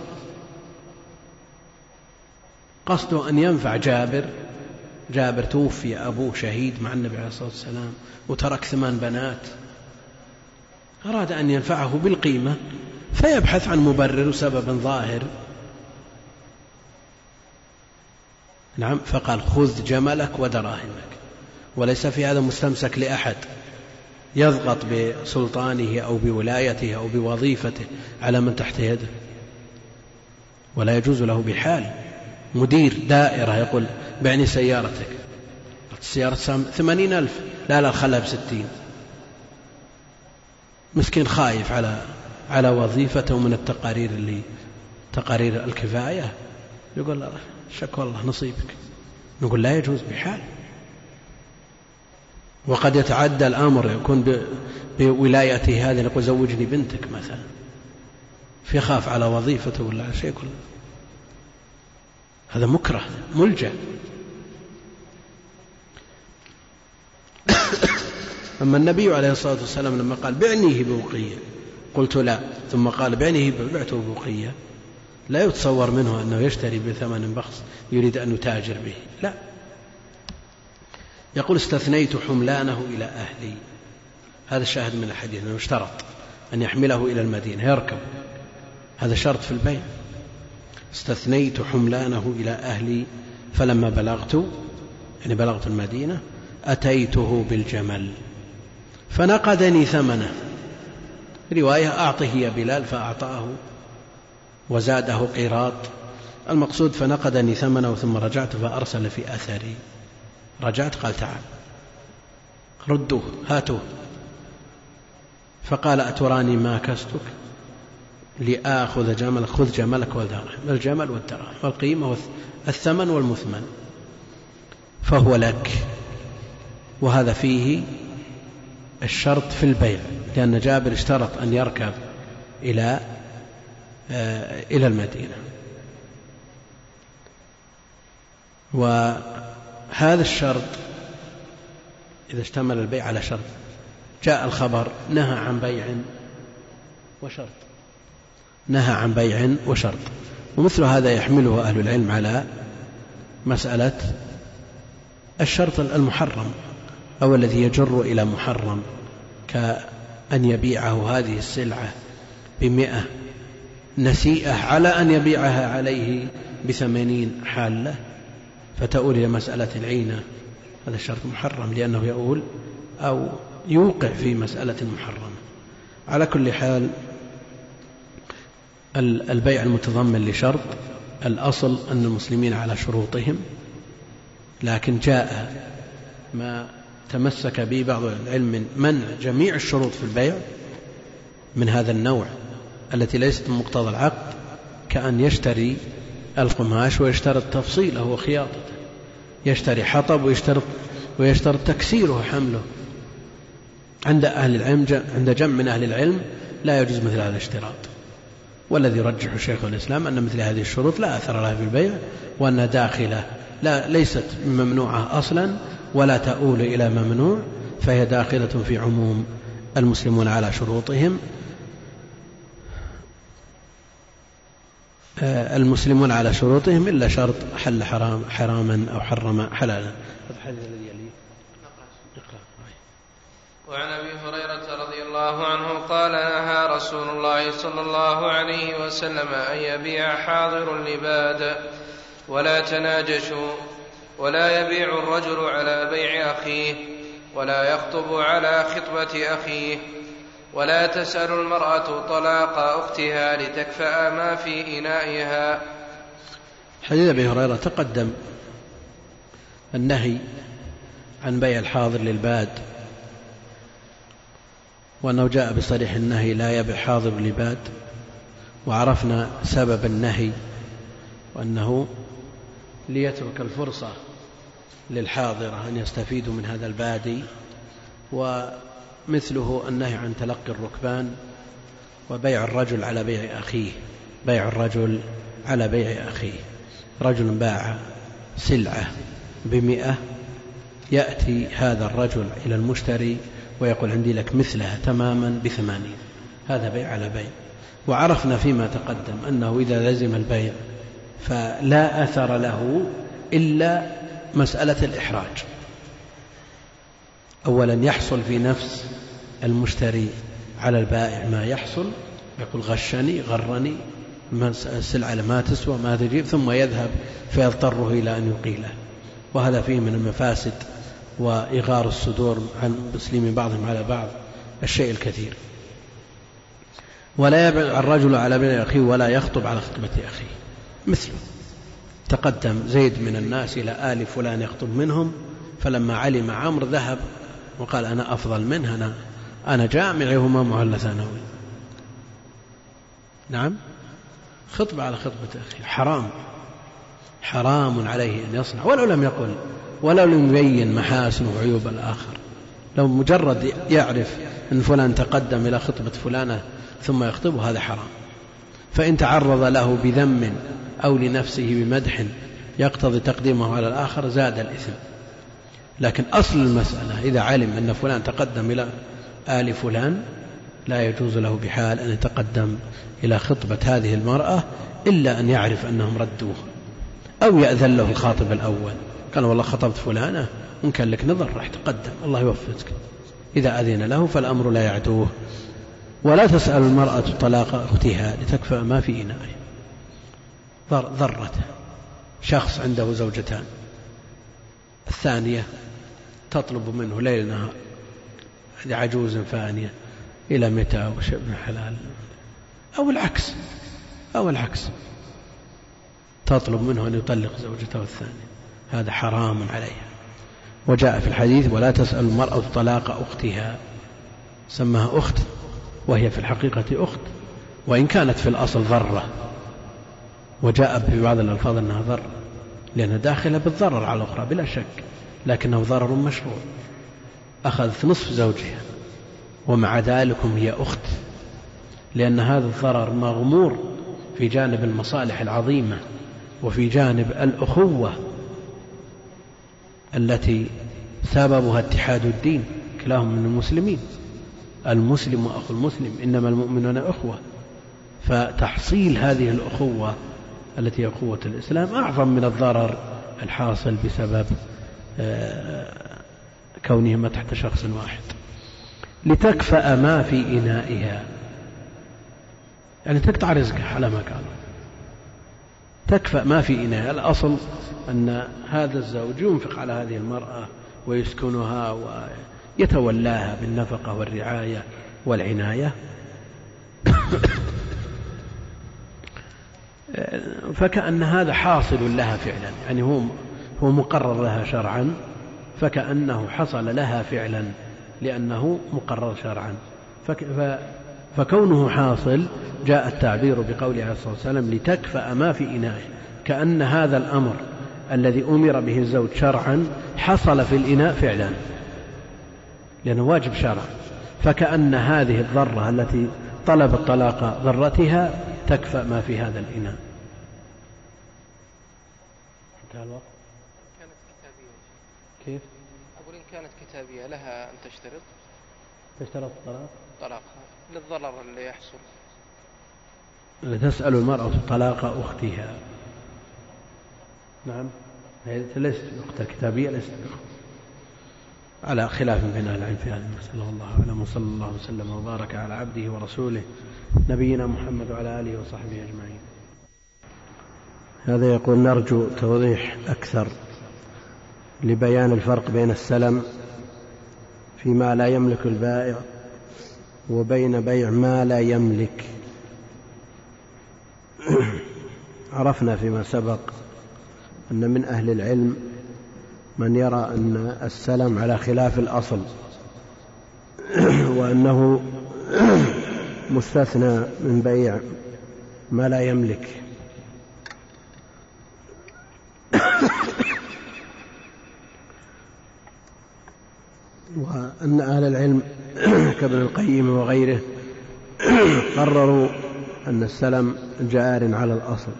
قصده أن ينفع جابر. جابر توفي أبوه شهيد مع النبي عليه الصلاة والسلام وترك ثمان بنات، أراد أن ينفعه بالقيمة فيبحث عن مبرر وسبب ظاهر. نعم، فقال خذ جملك ودراهمك، وليس في هذا مستمسك لأحد يضغط بسلطانه أو بولايته أو بوظيفته على من تحت يده، ولا يجوز له بحال. مدير دائرة يقول بعني سيارتك، السيارة ثمانين ألف، لا لا خلها بستين، مسكين خايف على على وظيفته من التقارير اللي تقارير الكفاية، يقول لا شك والله نصيبك، نقول لا يجوز بحال. وقد يتعدى الأمر، يكون بولايته هذه، يقول زوجني بنتك مثلا، في خاف على وظيفته ولا شيء كله، هذا مكره ملجأ. أما النبي عليه الصلاة والسلام لما قال بعنيه بوقية قلت لا، ثم قال بعنيه بعته بوقية، لا يتصور منه أنه يشتري بثمن بخس يريد أن يتاجر به، لا. يقول استثنيت حملانه إلى أهلي، هذا الشاهد من الحديث أنه اشترط أن يحمله إلى المدينة يركب، هذا شرط في البيع. استثنيت حملانه إلى أهلي فلما بلغت يعني بلغت المدينة أتيته بالجمل فنقدني ثمنه. رواية أعطه يا بلال فأعطاه وزاده قيراط، المقصود فنقدني ثمنه ثم رجعت فأرسل في أثري، رجعت قال تعال ردوه هاتوه، فقال أتراني ما كستك لآخذ جملك، خذ جملك والدراهم، الجمل والدراهم والقيمة والثمن والمثمن، فهو لك. وهذا فيه الشرط في البيع، لأن جابر اشترط أن يركب إلى إلى المدينة. وهذا الشرط إذا اشتمل البيع على شرط، جاء الخبر نهى عن بيع وشرط، نهى عن بيع وشرط، ومثل هذا يحمله أهل العلم على مسألة الشرط المحرم أو الذي يجر إلى محرم، كأن يبيعه هذه السلعة بمئة نسيئة على أن يبيعها عليه بثمانين حالة، فتؤول إلى مسألة العينة، هذا الشرط محرم لأنه يؤول أو يوقع في مسألة محرمة. على كل حال البيع المتضمن لشرط، الأصل أن المسلمين على شروطهم، لكن جاء ما تمسك به بعض العلم من منع جميع الشروط في البيع من هذا النوع التي ليست من مقتضى العقد، كأن يشتري القماش ويشترط تفصيله وخياطته، يشتري حطب ويشترط, ويشترط تكسيره وحمله. عند أهل العلم، عند جمع من أهل العلم لا يجوز مثل هذا الاشتراط، والذي يرجح شيخ الإسلام أن مثل هذه الشروط لا أثر لها في البيع، وأنها داخلة لا ليست ممنوعة أصلا ولا تؤول إلى ممنوع، فهي داخلة في عموم المسلمون على شروطهم المسلمون على شروطهم إلا شرط حل حرام حراما أو حرم حلالا. وعن أبي هريرة رضي الله عنه قال نهى رسول الله صلى الله عليه وسلم أن يبيع حاضر لباد ولا تناجشوا، ولا يبيع الرجل على بيع أخيه، ولا يخطب على خطبة أخيه، ولا تسأل المرأة طلاق أختها لتكفأ ما في إنائها. حديث أبي هريرة تقدم النهي عن بيع الحاضر للباد، وأنه جاء بصريح النهي لا يبيع حاضر للباد، وعرفنا سبب النهي وأنه ليترك الفرصة للحاضرة أن يستفيدوا من هذا البادي، ومثله النهي عن تلقي الركبان وبيع الرجل على بيع أخيه. بيع الرجل على بيع أخيه، رجل باع سلعة بمئة، يأتي هذا الرجل إلى المشتري ويقول عندي لك مثلها تماما بثمانين، هذا بيع على بيع. وعرفنا فيما تقدم أنه إذا لزم البيع فلا أثر له إلا مسألة الإحراج. أولا يحصل في نفس المشتري على البائع ما يحصل، يقول غشني غرني، السلعة ما تسوى ما تجيب، ثم يذهب فيضطره إلى أن يقيله، وهذا فيه من المفاسد وإغار الصدور عن مسلمين بعضهم على بعض الشيء الكثير. ولا يبيع الرجل على بيع أخيه ولا يخطب على خطبة أخيه، مثله تقدم زيد من الناس إلى آل فلان يخطب منهم، فلما علم عمرو ذهب وقال أنا أفضل منه، أنا, أنا جامعهما معلى ثانوي. نعم، خطبة على خطبة أخيه حرام، حرام عليه أن يصنع، ولو لم يقل ولو لم يبين محاسن وعيوب الآخر، لو مجرد يعرف أن فلان تقدم إلى خطبة فلانة ثم يخطبه هذا حرام. فإن تعرض له بذم أو لنفسه بمدح يقتضي تقديمه على الآخر زاد الإثم. لكن أصل المسألة إذا علم أن فلان تقدم إلى آل فلان لا يجوز له بحال أن يتقدم إلى خطبة هذه المرأة إلا أن يعرف أنهم ردوه، أو يأذن له الخاطب الأول، قال والله خطبت فلانة إن كان لك نظر راح تقدم الله يوفقك، إذا أذن له فالأمر لا يعدوه. ولا تسأل المرأة طلاق أختها لتكفأ ما في إنائها. ضرته شخص عنده زوجتان، الثانية تطلب منه ليل نهار، هذه عجوز فانية إلى متى وشبن حلال، أو العكس أو العكس تطلب منه أن يطلق زوجته الثانية، هذا حرام عليها. وجاء في الحديث ولا تسأل المرأة طلاق أختها، سماها أخت وهي في الحقيقة أخت، وإن كانت في الأصل ضرة، وجاء في بعض الألفاظ أنها ضرة لأنها داخلة بالضرر على الأخرى بلا شك، لكنه ضرر مشروع، أخذت نصف زوجها ومع ذلك هي أخت، لأن هذا الضرر مغمور في جانب المصالح العظيمة وفي جانب الأخوة التي سببها اتحاد الدين، كلاهم من المسلمين، المسلم وأخو المسلم إنما المؤمنون أخوة، فتحصيل هذه الأخوة التي هي أخوة الإسلام أعظم من الضرر الحاصل بسبب كونهما تحت شخص واحد. لتكفأ ما في إنائها، يعني تقطع رزقها على ما قال، تكفأ ما في إنائها. الأصل أن هذا الزوج ينفق على هذه المرأة ويسكنها ويتولاها بالنفقة والرعاية والعناية فكأن هذا حاصل لها فعلا، يعني هو هو مقرر لها شرعا، فكأنه حصل لها فعلا لأنه مقرر شرعا. فكونه حاصل جاء التعبير بقوله عليه الصلاة والسلام لتكفأ ما في إنائه، كأن هذا الأمر الذي أمر به الزوج شرعا حصل في الإناء فعلا لأنه واجب شرع، فكأن هذه الذرة التي طلب الطلاق ذرتها تكفأ ما في هذا الإناء. انتهى الوقت. كانت كتابية. كيف؟ أقول إن كانت كتابية لها أن تشترط تشترط الطلاق طلاق للضرر اللي يحصل. تسأل المرأة طلاق أختها. نعم، هي ليست أختها كتابية، ليست على خلاف بين أهل العلم في هذه المسألة. والله أعلم، وصلى الله وسلم وبارك على عبده ورسوله نبينا محمد وعلى آله وصحبه أجمعين. هذا يقول: نرجو توضيح أكثر لبيان الفرق بين السلم فيما لا يملك البائع وبين بيع ما لا يملك. عرفنا فيما سبق أن من أهل العلم من يرى أن السلم على خلاف الأصل وأنه مستثنى من بيع ما لا يملك، وأن أهل العلم كابن القيم وغيره قرروا أن السلم جار على الأصل.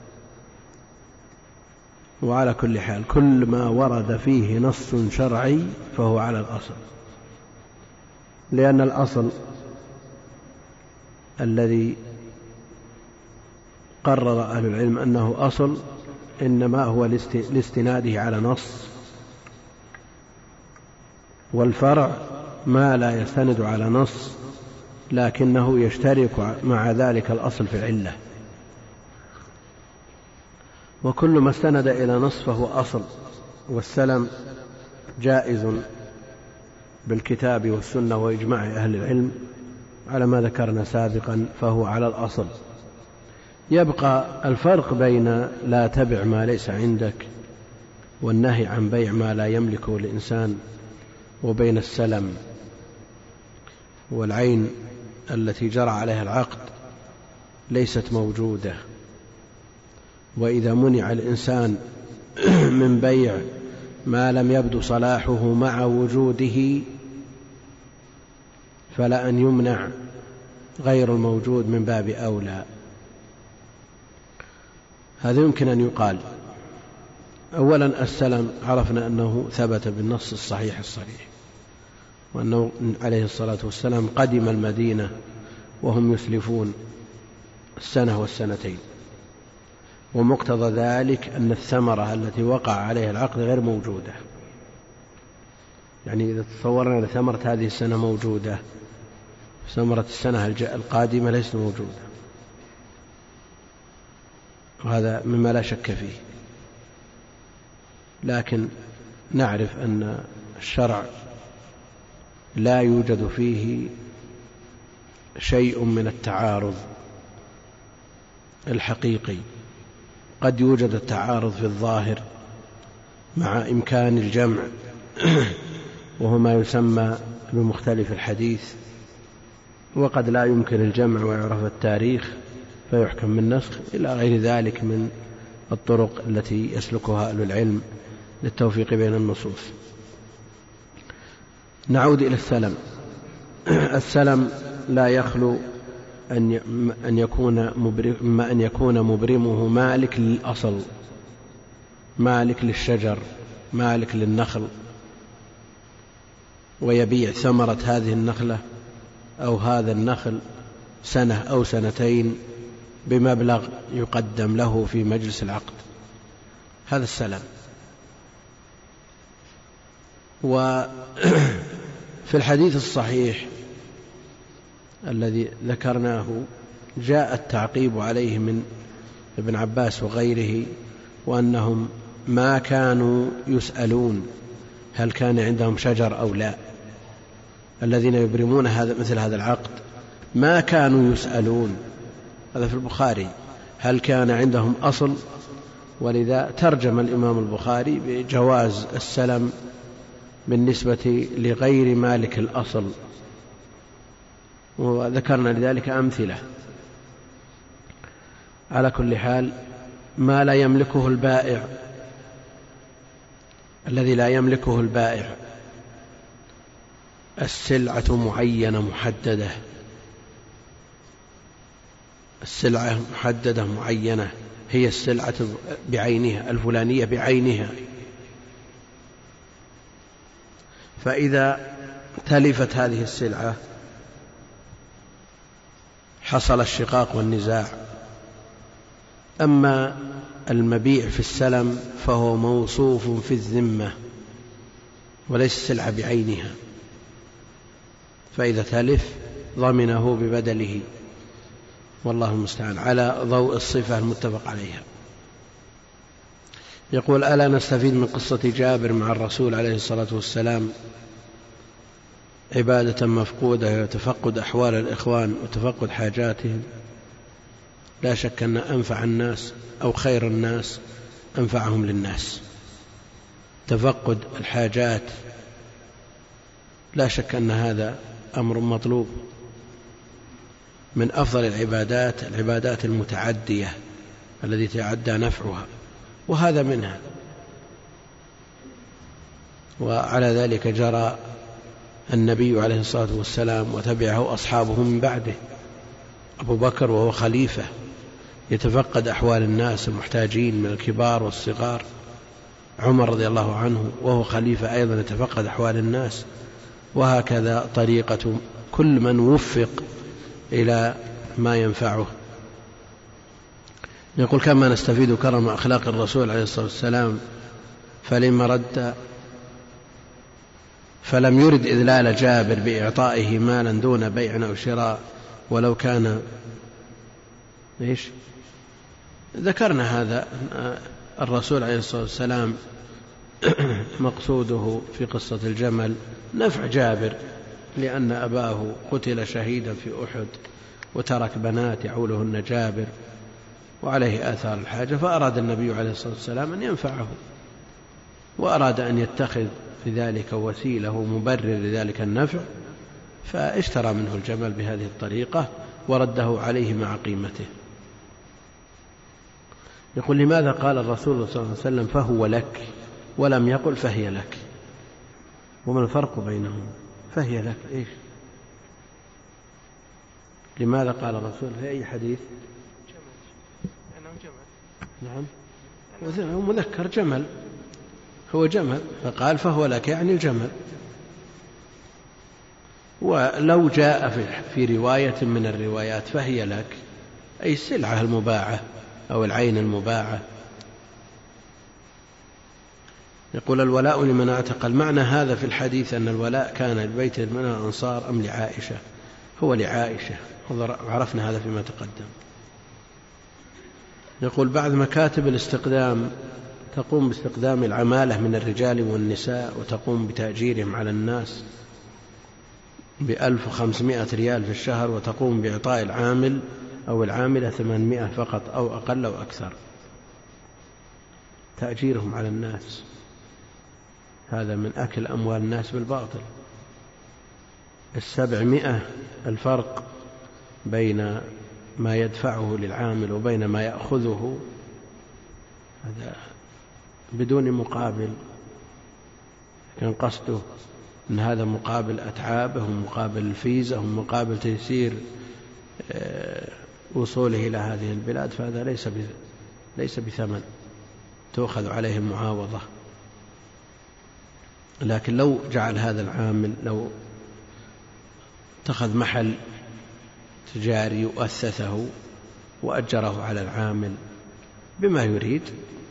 وعلى كل حال كل ما ورد فيه نص شرعي فهو على الأصل، لأن الأصل الذي قرر أهل العلم أنه أصل إنما هو لاستناده على نص، والفرع ما لا يستند على نص لكنه يشترك مع ذلك الأصل في العلة. وكل ما استند إلى نص فهو أصل، والسلم جائز بالكتاب والسنة وإجماع أهل العلم على ما ذكرنا سابقا، فهو على الأصل. يبقى الفرق بين لا تبع ما ليس عندك والنهي عن بيع ما لا يملكه الإنسان، وبين السلم والعين التي جرى عليها العقد ليست موجودة. وإذا منع الإنسان من بيع ما لم يبدو صلاحه مع وجوده فلا أن يمنع غير الموجود من باب أولى. هذا يمكن أن يقال. أولا السلم عرفنا أنه ثبت بالنص الصحيح الصريح، وأنه عليه الصلاة والسلام قدم المدينة وهم يسلفون السنة والسنتين، ومقتضى ذلك أن الثمرة التي وقع عليها العقد غير موجودة. يعني إذا تصورنا أن ثمرة هذه السنة موجودة، ثمرة السنة القادمة ليست موجودة، وهذا مما لا شك فيه. لكن نعرف أن الشرع لا يوجد فيه شيء من التعارض الحقيقي. قد يوجد التعارض في الظاهر مع إمكان الجمع وهو ما يسمى بمختلف الحديث، وقد لا يمكن الجمع ويعرف التاريخ فيحكم بالنسخ، إلى غير ذلك من الطرق التي يسلكها أهل العلم للتوفيق بين النصوص. نعود إلى السلم. السلم لا يخلو أن يكون مبرم أن يكون مبرمه مالك للأصل، مالك للشجر، مالك للنخل، ويبيع ثمرة هذه النخلة أو هذا النخل سنة أو سنتين بمبلغ يقدم له في مجلس العقد. هذا السلم. وفي الحديث الصحيح الذي ذكرناه جاء التعقيب عليه من ابن عباس وغيره، وأنهم ما كانوا يسألون هل كان عندهم شجر أو لا. الذين يبرمون هذا مثل هذا العقد ما كانوا يسألون، هذا في البخاري، هل كان عندهم أصل. ولذا ترجم الإمام البخاري بجواز السلم بالنسبة لغير مالك الأصل، وذكرنا لذلك أمثلة. على كل حال ما لا يملكه البائع، الذي لا يملكه البائع السلعة معينة محددة، السلعة محددة معينة هي السلعة بعينها الفلانية بعينها، فإذا تلفت هذه السلعة حصل الشقاق والنزاع. أما المبيع في السلم فهو موصوف في الذمة وليس السلعة بعينها، فإذا تلف ضمنه ببدله، والله المستعان، على ضوء الصفة المتفق عليها. يقول: ألا نستفيد من قصة جابر مع الرسول عليه الصلاة والسلام عبادة مفقودة وتفقد أحوال الإخوان وتفقد حاجاتهم؟ لا شك أن أنفع الناس أو خير الناس أنفعهم للناس. تفقد الحاجات لا شك أن هذا أمر مطلوب، من أفضل العبادات العبادات المتعدية التي يتعدى نفعها، وهذا منها. وعلى ذلك جرى النبي عليه الصلاة والسلام وتبعه أصحابه من بعده. أبو بكر وهو خليفة يتفقد أحوال الناس المحتاجين من الكبار والصغار، عمر رضي الله عنه وهو خليفة أيضا يتفقد أحوال الناس، وهكذا طريقة كل من وفق إلى ما ينفعه. يقول: كما نستفيد كرم أخلاق الرسول عليه الصلاة والسلام فلما رد فلم يرد إذلال جابر بإعطائه مالا دون بيع أو شراء ولو كان إيش؟ ذكرنا هذا. الرسول عليه الصلاة والسلام مقصوده في قصة الجمل نفع جابر، لأن أباه قتل شهيدا في أحد وترك بنات يعولهن جابر وعليه آثار الحاجة، فأراد النبي عليه الصلاة والسلام أن ينفعه، وأراد أن يتخذ في ذلك وسيلة مبرر لذلك النفع، فاشترى منه الجمل بهذه الطريقة ورده عليه مع قيمته. يقول: لماذا قال الرسول صلى الله عليه وسلم فهو لك ولم يقل فهي لك؟ وما الفرق بينهم؟ فهي لك إيش؟ لماذا قال الرسول في أي حديث؟ نعم، هو مذكر جمل، هو جمل، فقال فهو لك يعني الجمل. ولو جاء في رواية من الروايات فهي لك أي السلعة المباعة أو العين المباعة. يقول: الولاء لمن اعتق. المعنى هذا في الحديث أن الولاء كان لبيت من الأنصار أم لعائشة؟ هو لعائشة، عرفنا هذا فيما تقدم. يقول: بعض مكاتب الاستقدام تقوم باستقدام العمالة من الرجال والنساء وتقوم بتأجيرهم على الناس بألف وخمسمائة ريال في الشهر، وتقوم بإعطاء العامل أو العاملة ثمانمائة فقط أو أقل أو أكثر، تأجيرهم على الناس. هذا من أكل أموال الناس بالباطل. السبعمائة الفرق بين ما يدفعه للعامل وبين ما يأخذه هذا بدون مقابل، كان قصده أن هذا مقابل أتعابه ومقابل الفيزة ومقابل تيسير وصوله إلى هذه البلاد، فهذا ليس ليس بثمن تؤخذ عليه المعاوضة. لكن لو جعل هذا العامل، لو اتخذ محل تجاري وأسسه وأجره على العامل بما يريد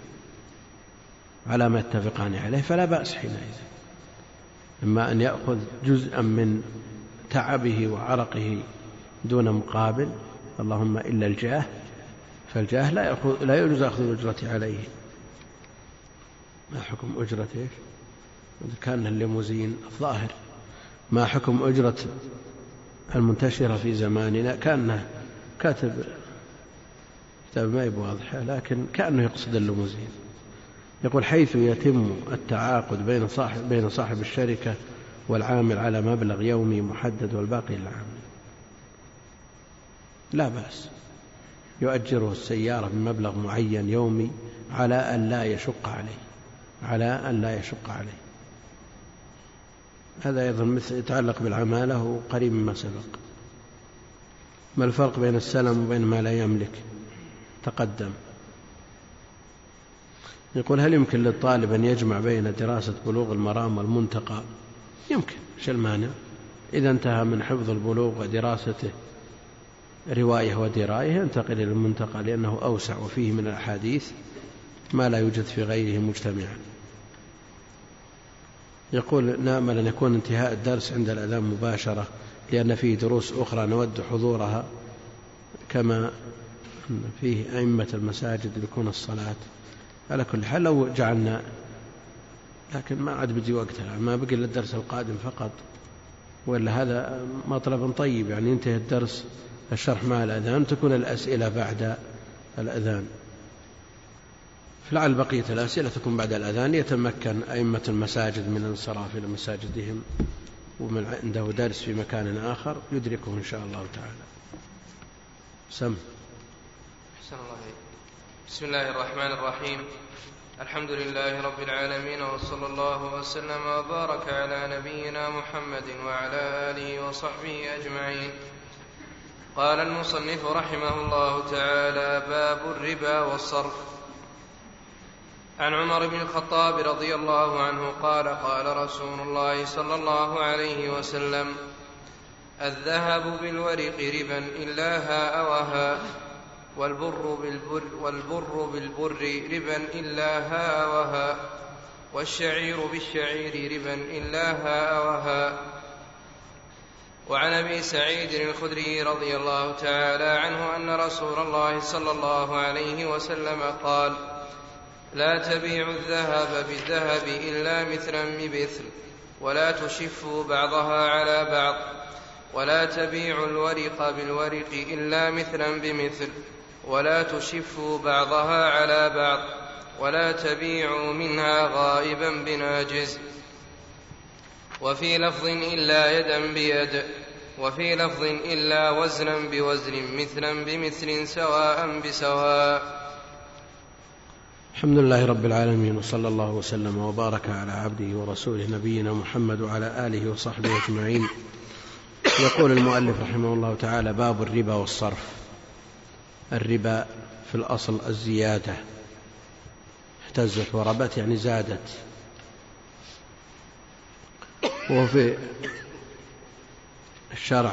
على ما اتفقان عليه، فلا بأس حينئذ. إما أن يأخذ جزءا من تعبه وعرقه دون مقابل، اللهم إلا الجاه، فالجاه لا يأخذ لا يجوز أخذ الأجرة عليه. ما حكم أجرة إيش؟ كان الليموزين الظاهر. ما حكم أجرة المنتشرة في زماننا؟ كأنه كاتب كتاب ما يبقى واضحة، لكن كأنه يقصد الليموزين. يقول حيث يتم التعاقد بين صاحب, بين صاحب الشركة والعامل على مبلغ يومي محدد والباقي للعامل، لا بأس يؤجره السيارة بمبلغ معين يومي على أن لا يشق عليه على أن لا يشق عليه. هذا أيضا مثل يتعلق بالعمالة وقريب مما سبق. ما الفرق بين السلم وبين ما لا يملك؟ تقدم. يقول هل يمكن للطالب أن يجمع بين دراسة بلوغ المرام والمنتقى؟ يمكن، شو المانع؟ إذا انتهى من حفظ البلوغ ودراسته رواية ودراية ينتقل إلى المنتقى لأنه أوسع وفيه من الأحاديث ما لا يوجد في غيره مجتمعا. يقول نأمل أن يكون انتهاء الدرس عند الأذان مباشرة لأن فيه دروس أخرى نود حضورها كما فيه أئمة المساجد يكون الصلاة. على كل حال لو جعلنا، لكن ما عاد بيجي وقتها، ما بقي للدرس القادم فقط، ولا هذا مطلب طيب يعني ينتهي الدرس الشرح مع الأذان تكون الأسئلة بعد الأذان، فلعل بقية الأسئلة تكون بعد الأذان يتمكن أئمة المساجد من الانصراف إلى مساجدهم ومن عنده درس في مكان آخر يدركه إن شاء الله تعالى. سم. أحسن الله. بسم الله الرحمن الرحيم. الحمد لله رب العالمين، وصلى الله وسلم وبارك على نبينا محمد وعلى آله وصحبه أجمعين. قال المصنف رحمه الله تعالى: باب الربا والصرف. عن عمر بن الخطاب رضي الله عنه قال: قال رسول الله صلى الله عليه وسلم: الذهب بالورق ربا إلا هاء وهاء، والبر بالبر, والبر بالبر ربا إلا هاء وهاء، والشعير بالشعير ربا إلا هاء وهاء. وعن أبي سعيد الخدري رضي الله تعالى عنه أن رسول الله صلى الله عليه وسلم قال: لا تبيعوا الذهب بالذهب إلا مثلا بمثل، ولا تشفوا بعضها على بعض، ولا تبيعوا الورق بالورق إلا مثلا بمثل، ولا تشفوا بعضها على بعض، ولا تبيعوا منها غائبا بناجز. وفي لفظ إلا يدا بيد، وفي لفظ إلا وزنا بوزن، مثلا بمثل، سواء بسواء. الحمد لله رب العالمين، وصلى الله وسلم وبارك على عبده ورسوله نبينا محمد وعلى آله وصحبه أجمعين. يقول المؤلف رحمه الله تعالى: باب الربا والصرف. الربا في الأصل الزيادة، اهتزت وربت يعني زادت، وفي الشرع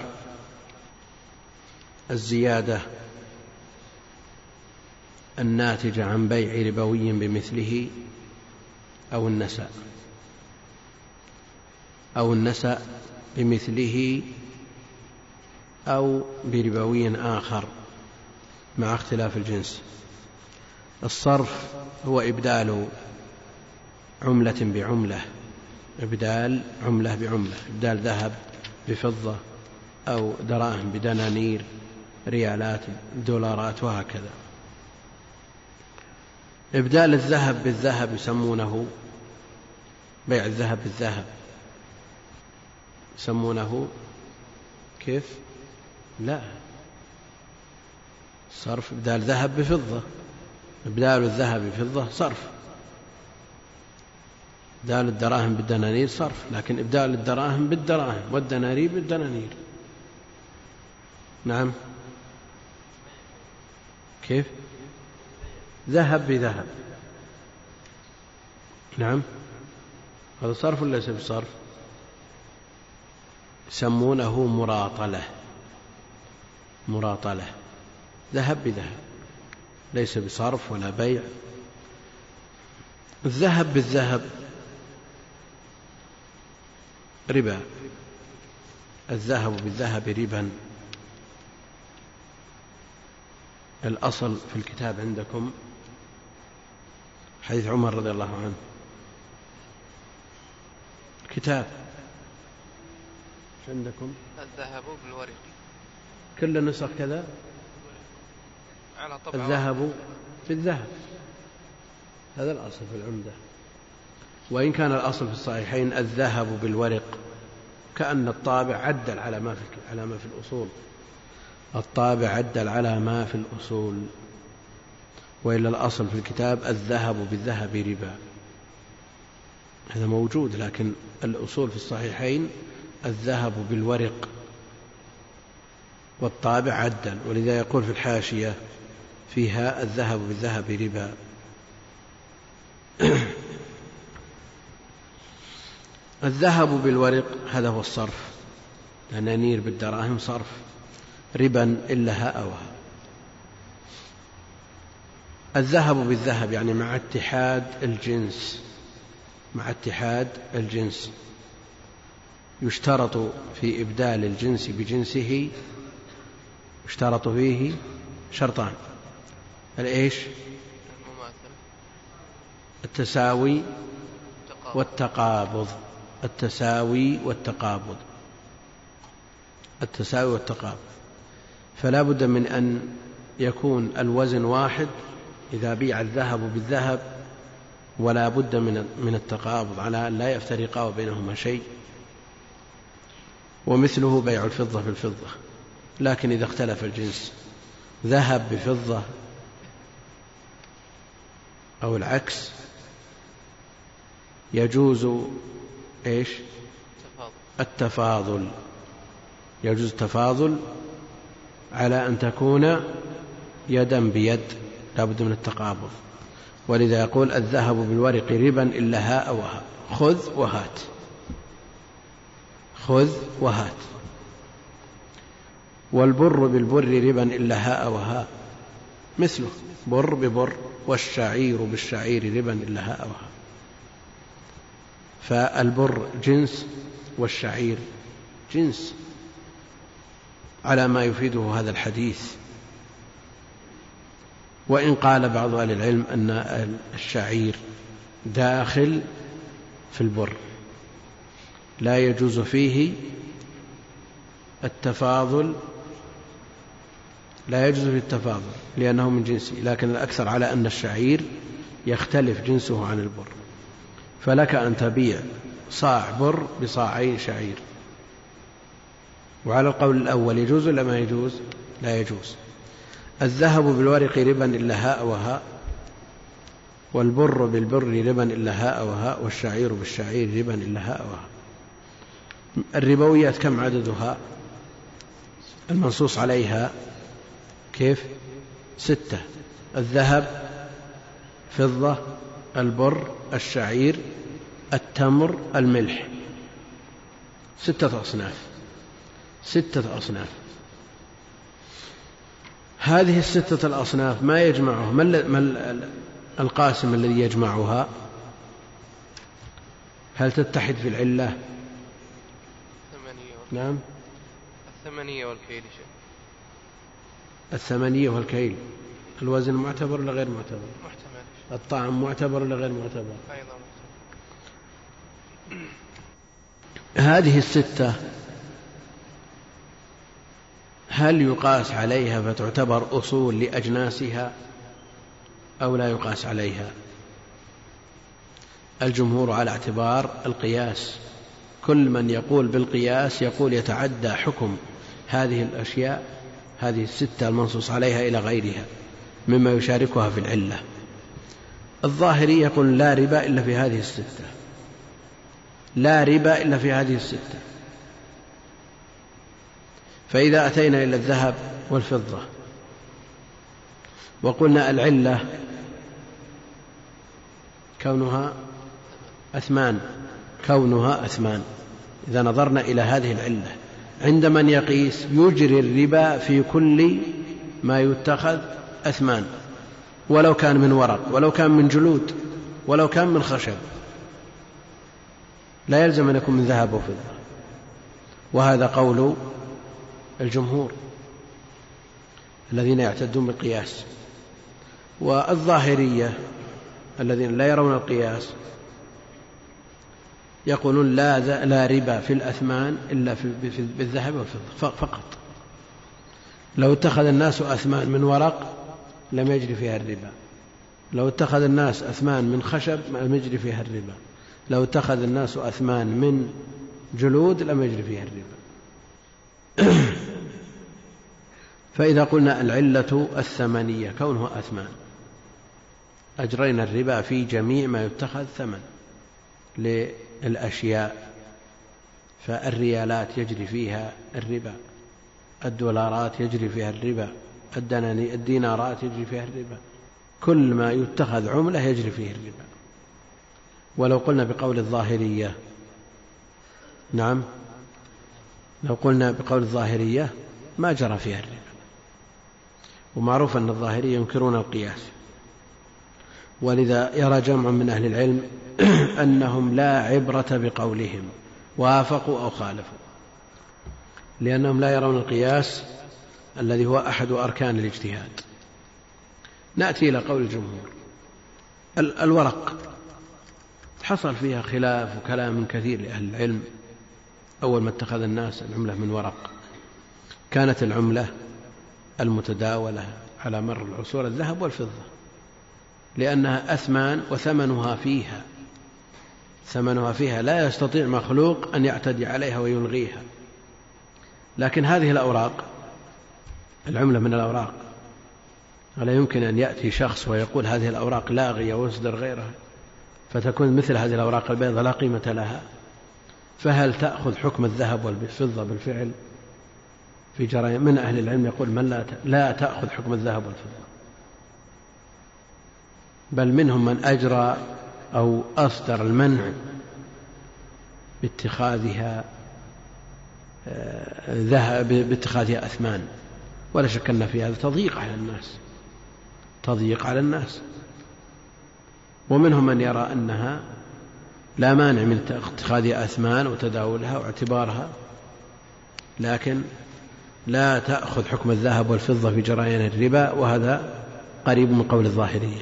الزيادة الناتجة عن بيع ربوي بمثله أو النساء أو النساء بمثله أو بربوي آخر مع اختلاف الجنس. الصرف هو إبدال عملة بعملة، إبدال عملة بعملة، إبدال ذهب بفضة أو دراهم بدنانير، ريالات دولارات، وهكذا. إبدال الذهب بالذهب يسمونه بيع الذهب بالذهب، يسمونه كيف؟ لا، صرف. إبدال ذهب بفضة، إبدال الذهب بفضة صرف. إبدال الدراهم بالدنانير صرف، لكن إبدال الدراهم بالدراهم والدنانير بالدنانير. نعم، كيف؟ ذهب بذهب. نعم، هذا صرف ولا ليس بصرف؟ يسمونه مراطلة. مراطلة، ذهب بذهب، ليس بصرف ولا بيع. الذهب بالذهب ربا، الذهب بالذهب ربا. الأصل في الكتاب عندكم حديث عمر رضي الله عنه، كتاب عندكم الذهب بالورق، كل النسخ كذا، على طبع الذهب بالذهب هذا الأصل في العمدة. وإن كان الأصل في الصحيحين الذهب بالورق، كأن الطابع عدل على ما في على ما في الأصول، الطابع عدل على ما في الأصول، وإلا الأصل في الكتاب الذهب بالذهب ربا، هذا موجود، لكن الأصول في الصحيحين الذهب بالورق والطابع عدل، ولذا يقول في الحاشية فيها الذهب بالذهب ربا. الذهب بالورق هذا هو الصرف، دنانير بالدراهم صرف، ربا إلا هاء وهاء. الذهب بالذهب يعني مع اتحاد الجنس، مع اتحاد الجنس يشترط في إبدال الجنس بجنسه، يشترط فيه شرطان: الإيش؟ التساوي والتقابض. التساوي والتقابض التساوي والتقابض فلا بد من أن يكون الوزن واحد إذا بيع الذهب بالذهب، ولا بد من التقابض على أن لا يفترقا بينهما شيء. ومثله بيع الفضة بالفضة، لكن إذا اختلف الجنس ذهب بفضة أو العكس يجوز إيش؟ التفاضل. يجوز التفاضل على أن تكون يدا بيد، لا بد من التقابض. ولذا يقول الذهب بالورق ربا إلا هاء وهاء، خذ وهات، خذ وهات. والبر بالبر ربا إلا هاء وهاء، مثله بر ببر، والشعير بالشعير ربا إلا هاء وهاء. فالبر جنس والشعير جنس على ما يفيده هذا الحديث. وإن قال بعض أهل العلم أن الشعير داخل في البر لا يجوز فيه التفاضل، لا يجوز فيه التفاضل لأنه من جنسه، لكن الأكثر على أن الشعير يختلف جنسه عن البر، فلك أن تبيع صاع بر بصاعين شعير. وعلى القول الأول يجوز ولا ما يجوز؟ لا يجوز. الذهب بالورق ربا إلا هاء وهاء، والبر بالبر ربا إلا هاء وهاء، والشعير بالشعير ربا إلا هاء وهاء. الربويات كم عددها المنصوص عليها؟ كيف؟ ستة: الذهب، فضة، البر، الشعير، التمر، الملح. ستة أصناف، ستة أصناف. هذه الستة الأصناف ما يجمعها، ما القاسم الذي يجمعها؟ هل تتحد في العلة؟ نعم، الثمانية والكيل. الثمانية والكيل. الوزن معتبر ولا غير معتبر؟ محتمل. الطعم معتبر ولا غير معتبر؟ أيضا. هذه الستة هل يقاس عليها فتعتبر أصول لأجناسها أو لا يقاس عليها؟ الجمهور على اعتبار القياس. كل من يقول بالقياس يقول يتعدى حكم هذه الأشياء، هذه الستة المنصوص عليها، إلى غيرها مما يشاركها في العلة. الظاهري يقول لا ربا إلا في هذه الستة، لا ربا إلا في هذه الستة. فإذا أتينا إلى الذهب والفضة وقلنا العلة كونها أثمان، كونها أثمان، إذا نظرنا إلى هذه العلة عند من يقيس يجري الربا في كل ما يتخذ أثمان، ولو كان من ورق، ولو كان من جلود، ولو كان من خشب، لا يلزم أن يكون من ذهب وفضة. وهذا قول الجمهور الذين يعتدون بالقياس. والظاهرية الذين لا يرون القياس يقولون لا, لا ربا في الأثمان إلا في بالذهب والفضة فقط. لو اتخذ الناس أثمان من ورق لم يجري فيها الربا، لو اتخذ الناس أثمان من خشب لم يجري فيها الربا، لو اتخذ الناس أثمان من جلود لم يجري فيها الربا. فإذا قلنا العلة الثمنية كونه أثمان، أجرينا الربا في جميع ما يتخذ ثمن للأشياء، فالريالات يجري فيها الربا، الدولارات يجري فيها الربا، الدينارات يجري فيها الربا، كل ما يتخذ عملة يجري فيه الربا. ولو قلنا بقول الظاهرية، نعم لو قلنا بقول الظاهرية ما جرى فيها الربا، ومعروف أن الظاهرية ينكرون القياس، ولذا يرى جمع من أهل العلم أنهم لا عبرة بقولهم وافقوا أو خالفوا، لأنهم لا يرون القياس الذي هو أحد أركان الاجتهاد. نأتي إلى قول الجمهور. الورق حصل فيها خلاف وكلام كثير لأهل العلم. أول ما اتخذ الناس العملة من ورق كانت العملة المتداولة على مر العصور الذهب والفضة، لأنها أثمان وثمنها فيها ثمنها فيها لا يستطيع مخلوق أن يعتدي عليها ويلغيها. لكن هذه الأوراق، العملة من الأوراق، ولا يمكن أن يأتي شخص ويقول هذه الأوراق لاغية ويصدر غيرها، فتكون مثل هذه الأوراق البيضاء لا قيمة لها. فهل تأخذ حكم الذهب والفضة بالفعل؟ في جرائم من أهل العلم يقول من لا لا تأخذ حكم الذهب والفضة، بل منهم من أجرى أو أصدر المنع باتخاذها ذهب باتخاذها أثمان. ولا شك أن في هذا تضييق على الناس تضييق على الناس ومنهم من يرى أنها لا مانع من اتخاذها أثمان وتداولها واعتبارها، لكن لا تأخذ حكم الذهب والفضة في جريان الربا، وهذا قريب من قول الظاهرية.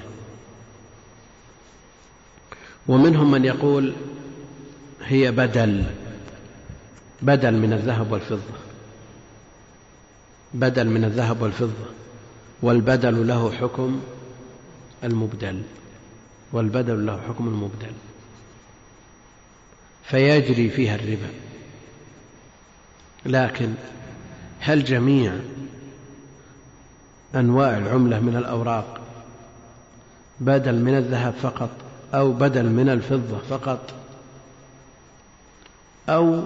ومنهم من يقول هي بدل بدل من الذهب والفضة بدل من الذهب والفضة والبدل له حكم المبدل والبدل له حكم المبدل فيجري فيها الربا. لكن هل جميع أنواع العملة من الأوراق بدل من الذهب فقط، أو بدل من الفضة فقط، أو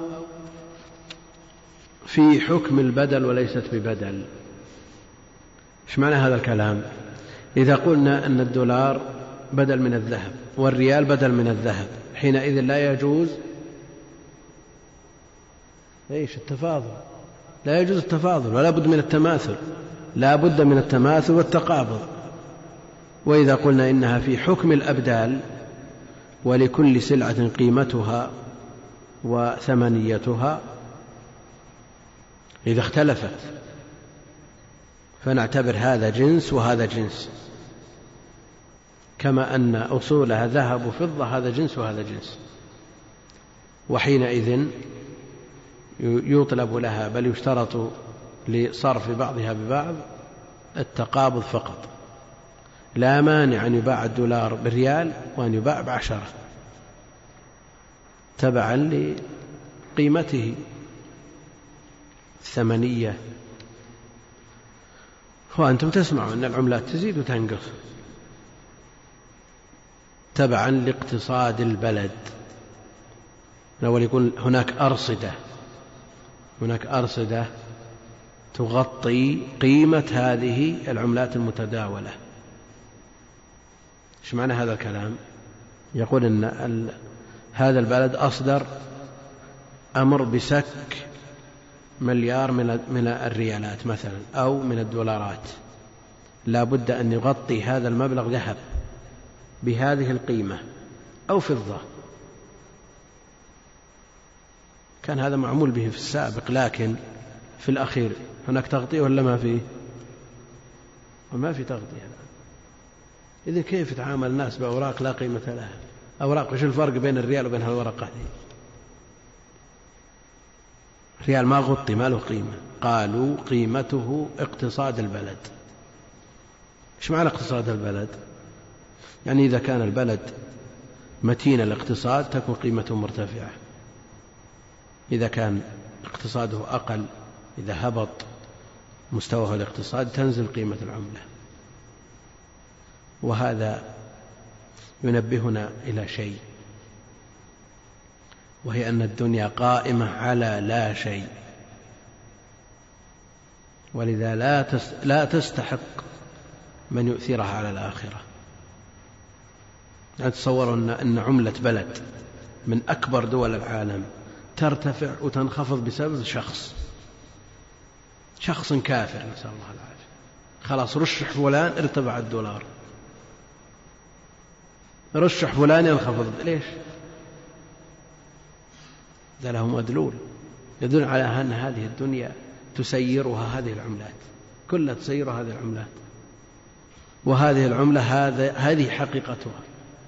في حكم البدل وليست ببدل؟ ايش معنى هذا الكلام؟ إذا قلنا أن الدولار بدل من الذهب والريال بدل من الذهب، حينئذ لا يجوز ايش التفاضل، لا يجوز التفاضل ولا بد من التماثل، لا بد من التماثل والتقابض. وإذا قلنا إنها في حكم الأبدال ولكل سلعة قيمتها وثمنيتها، إذا اختلفت فنعتبر هذا جنس وهذا جنس، كما أن أصولها ذهب وفضة هذا جنس وهذا جنس، وحينئذ يطلب لها بل يشترط لصرف بعضها ببعض التقابض فقط. لا مانع أن يباع الدولار بالريال وأن يباع بعشرة تبعا لقيمته الثمنية. وأنتم تسمعوا أن العملات تزيد وتنقص تبعا لاقتصاد البلد. الأول يقول هناك أرصدة هناك أرصدة تغطي قيمة هذه العملات المتداولة. إيش معنى هذا الكلام؟ يقول أن هذا البلد أصدر أمر بسك مليار من الريالات مثلا أو من الدولارات، لا بد أن يغطي هذا المبلغ ذهب بهذه القيمة أو فضة. كان هذا معمول به في السابق، لكن في الأخير هناك تغطية ولا ما فيه؟ وما في تغطية. إذن كيف يتعامل الناس بأوراق لا قيمة لها؟ أوراق، وش الفرق بين الريال وبين هالورقة دي؟ الريال ما غطي، ما له قيمة. قالوا قيمته اقتصاد البلد. إيش معنى اقتصاد البلد؟ يعني إذا كان البلد متين الاقتصاد تكون قيمته مرتفعة، إذا كان اقتصاده أقل، إذا هبط مستواه الاقتصاد تنزل قيمة العملة. وهذا ينبهنا إلى شيء، وهي أن الدنيا قائمة على لا شيء، ولذا لا تستحق من يؤثرها على الآخرة. يعني تصوروا أن عملة بلد من أكبر دول العالم ترتفع وتنخفض بسبب شخص شخص كافر، نسأل الله العافية. خلاص رشح فلان ارتفع الدولار، رشح فلان ينخفض. ليش؟ ذا له مدلول يدل على أن هذه الدنيا تسيرها هذه العملات، كلها تسيرها هذه العملات، وهذه العملة هذا هذه حقيقتها.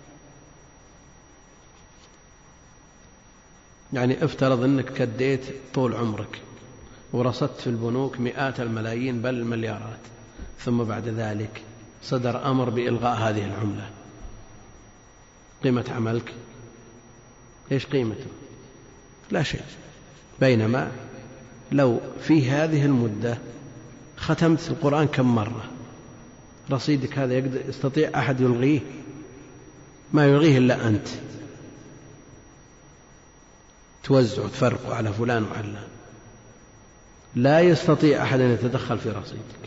يعني افترض أنك كديت طول عمرك ورصدت في البنوك مئات الملايين بل المليارات، ثم بعد ذلك صدر أمر بإلغاء هذه العملة، قيمة عملك إيش قيمته؟ لا شيء. بينما لو في هذه المدة ختمت القرآن كم مرة، رصيدك هذا يقدر يستطيع أحد يلغيه؟ ما يلغيه إلا أنت، توزع وتفرق على فلان وعلان، لا يستطيع أحد أن يتدخل في رصيدك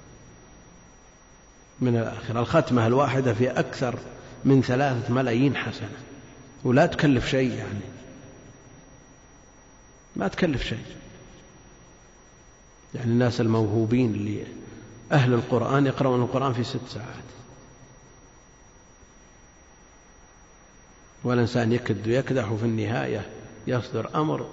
من الآخرة. الختمة الواحدة في أكثر من ثلاثة ملايين حسنة، ولا تكلف شيء، يعني ما تكلف شيء. يعني الناس الموهوبين اللي أهل القرآن يقرؤون القرآن في ست ساعات، والإنسان يكد ويكدح وفي النهاية يصدر أمر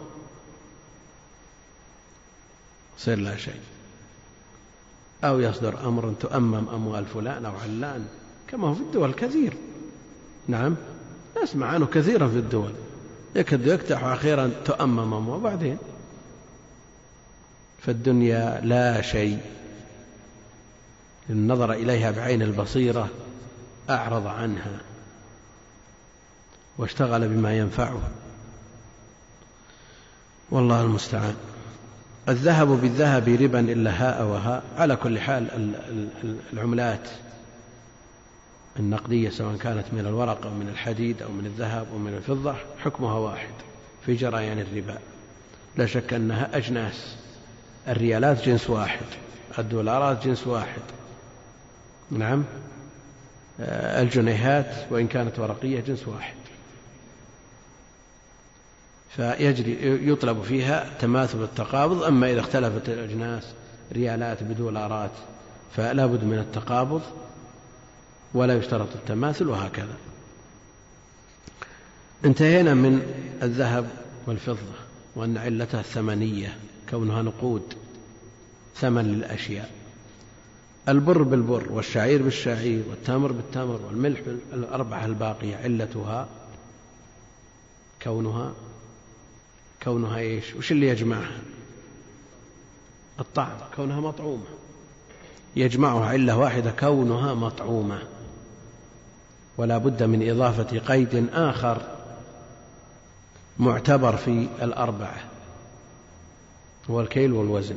يصير لا شيء، أو يصدر أمر تؤمم أموال فلان أو علان، كما هو في الدول كثير. نعم نسمع عنه كثيرا في الدول، يكد ويكدح وأخيرا تؤمم أموال، وبعدين فالدنيا لا شيء. النظر إليها بعين البصيرة أعرض عنها واشتغل بما ينفعه، والله المستعان. الذهب بالذهب ربا إلا هاء وهاء. على كل حال العملات النقدية سواء كانت من الورق أو من الحديد أو من الذهب أو من الفضة حكمها واحد في جريان الربا، لا شك أنها أجناس. الريالات جنس واحد، الدولارات جنس واحد، نعم، الجنيهات وإن كانت ورقية جنس واحد، فيجري يطلب فيها تماثل التقابض. أما إذا اختلفت الأجناس ريالات بدولارات فلا بد من التقابض ولا يشترط التماثل، وهكذا. انتهينا من الذهب والفضة وأن علتها الثمنية، كونها نقود ثمن للأشياء. البر بالبر والشعير بالشعير والتمر بالتمر والملح الأربعة الباقية علتها كونها كونها إيش؟ وش اللي يجمعها؟ الطعم، كونها مطعومة. يجمعها علة واحدة، كونها مطعومة، ولا بد من إضافة قيد آخر معتبر في الأربعة، هو الكيل والوزن.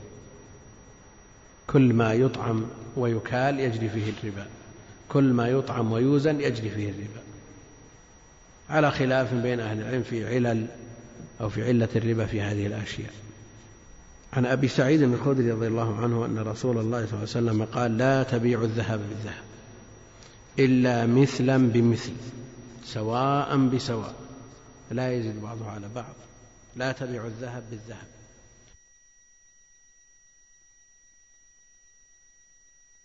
كل ما يطعم ويكال يجري فيه الربا، كل ما يطعم ويوزن يجري فيه الربا، على خلاف بين أهل العلم في علل أو في علة الربا في هذه الأشياء. عن أبي سعيد الخدري رضي الله عنه أن رسول الله صلى الله عليه وسلم قال: لا تبيعوا الذهب بالذهب إلا مثلا بمثل سواء بسواء، لا يزيد بعضه على بعض. لا تبيعوا الذهب بالذهب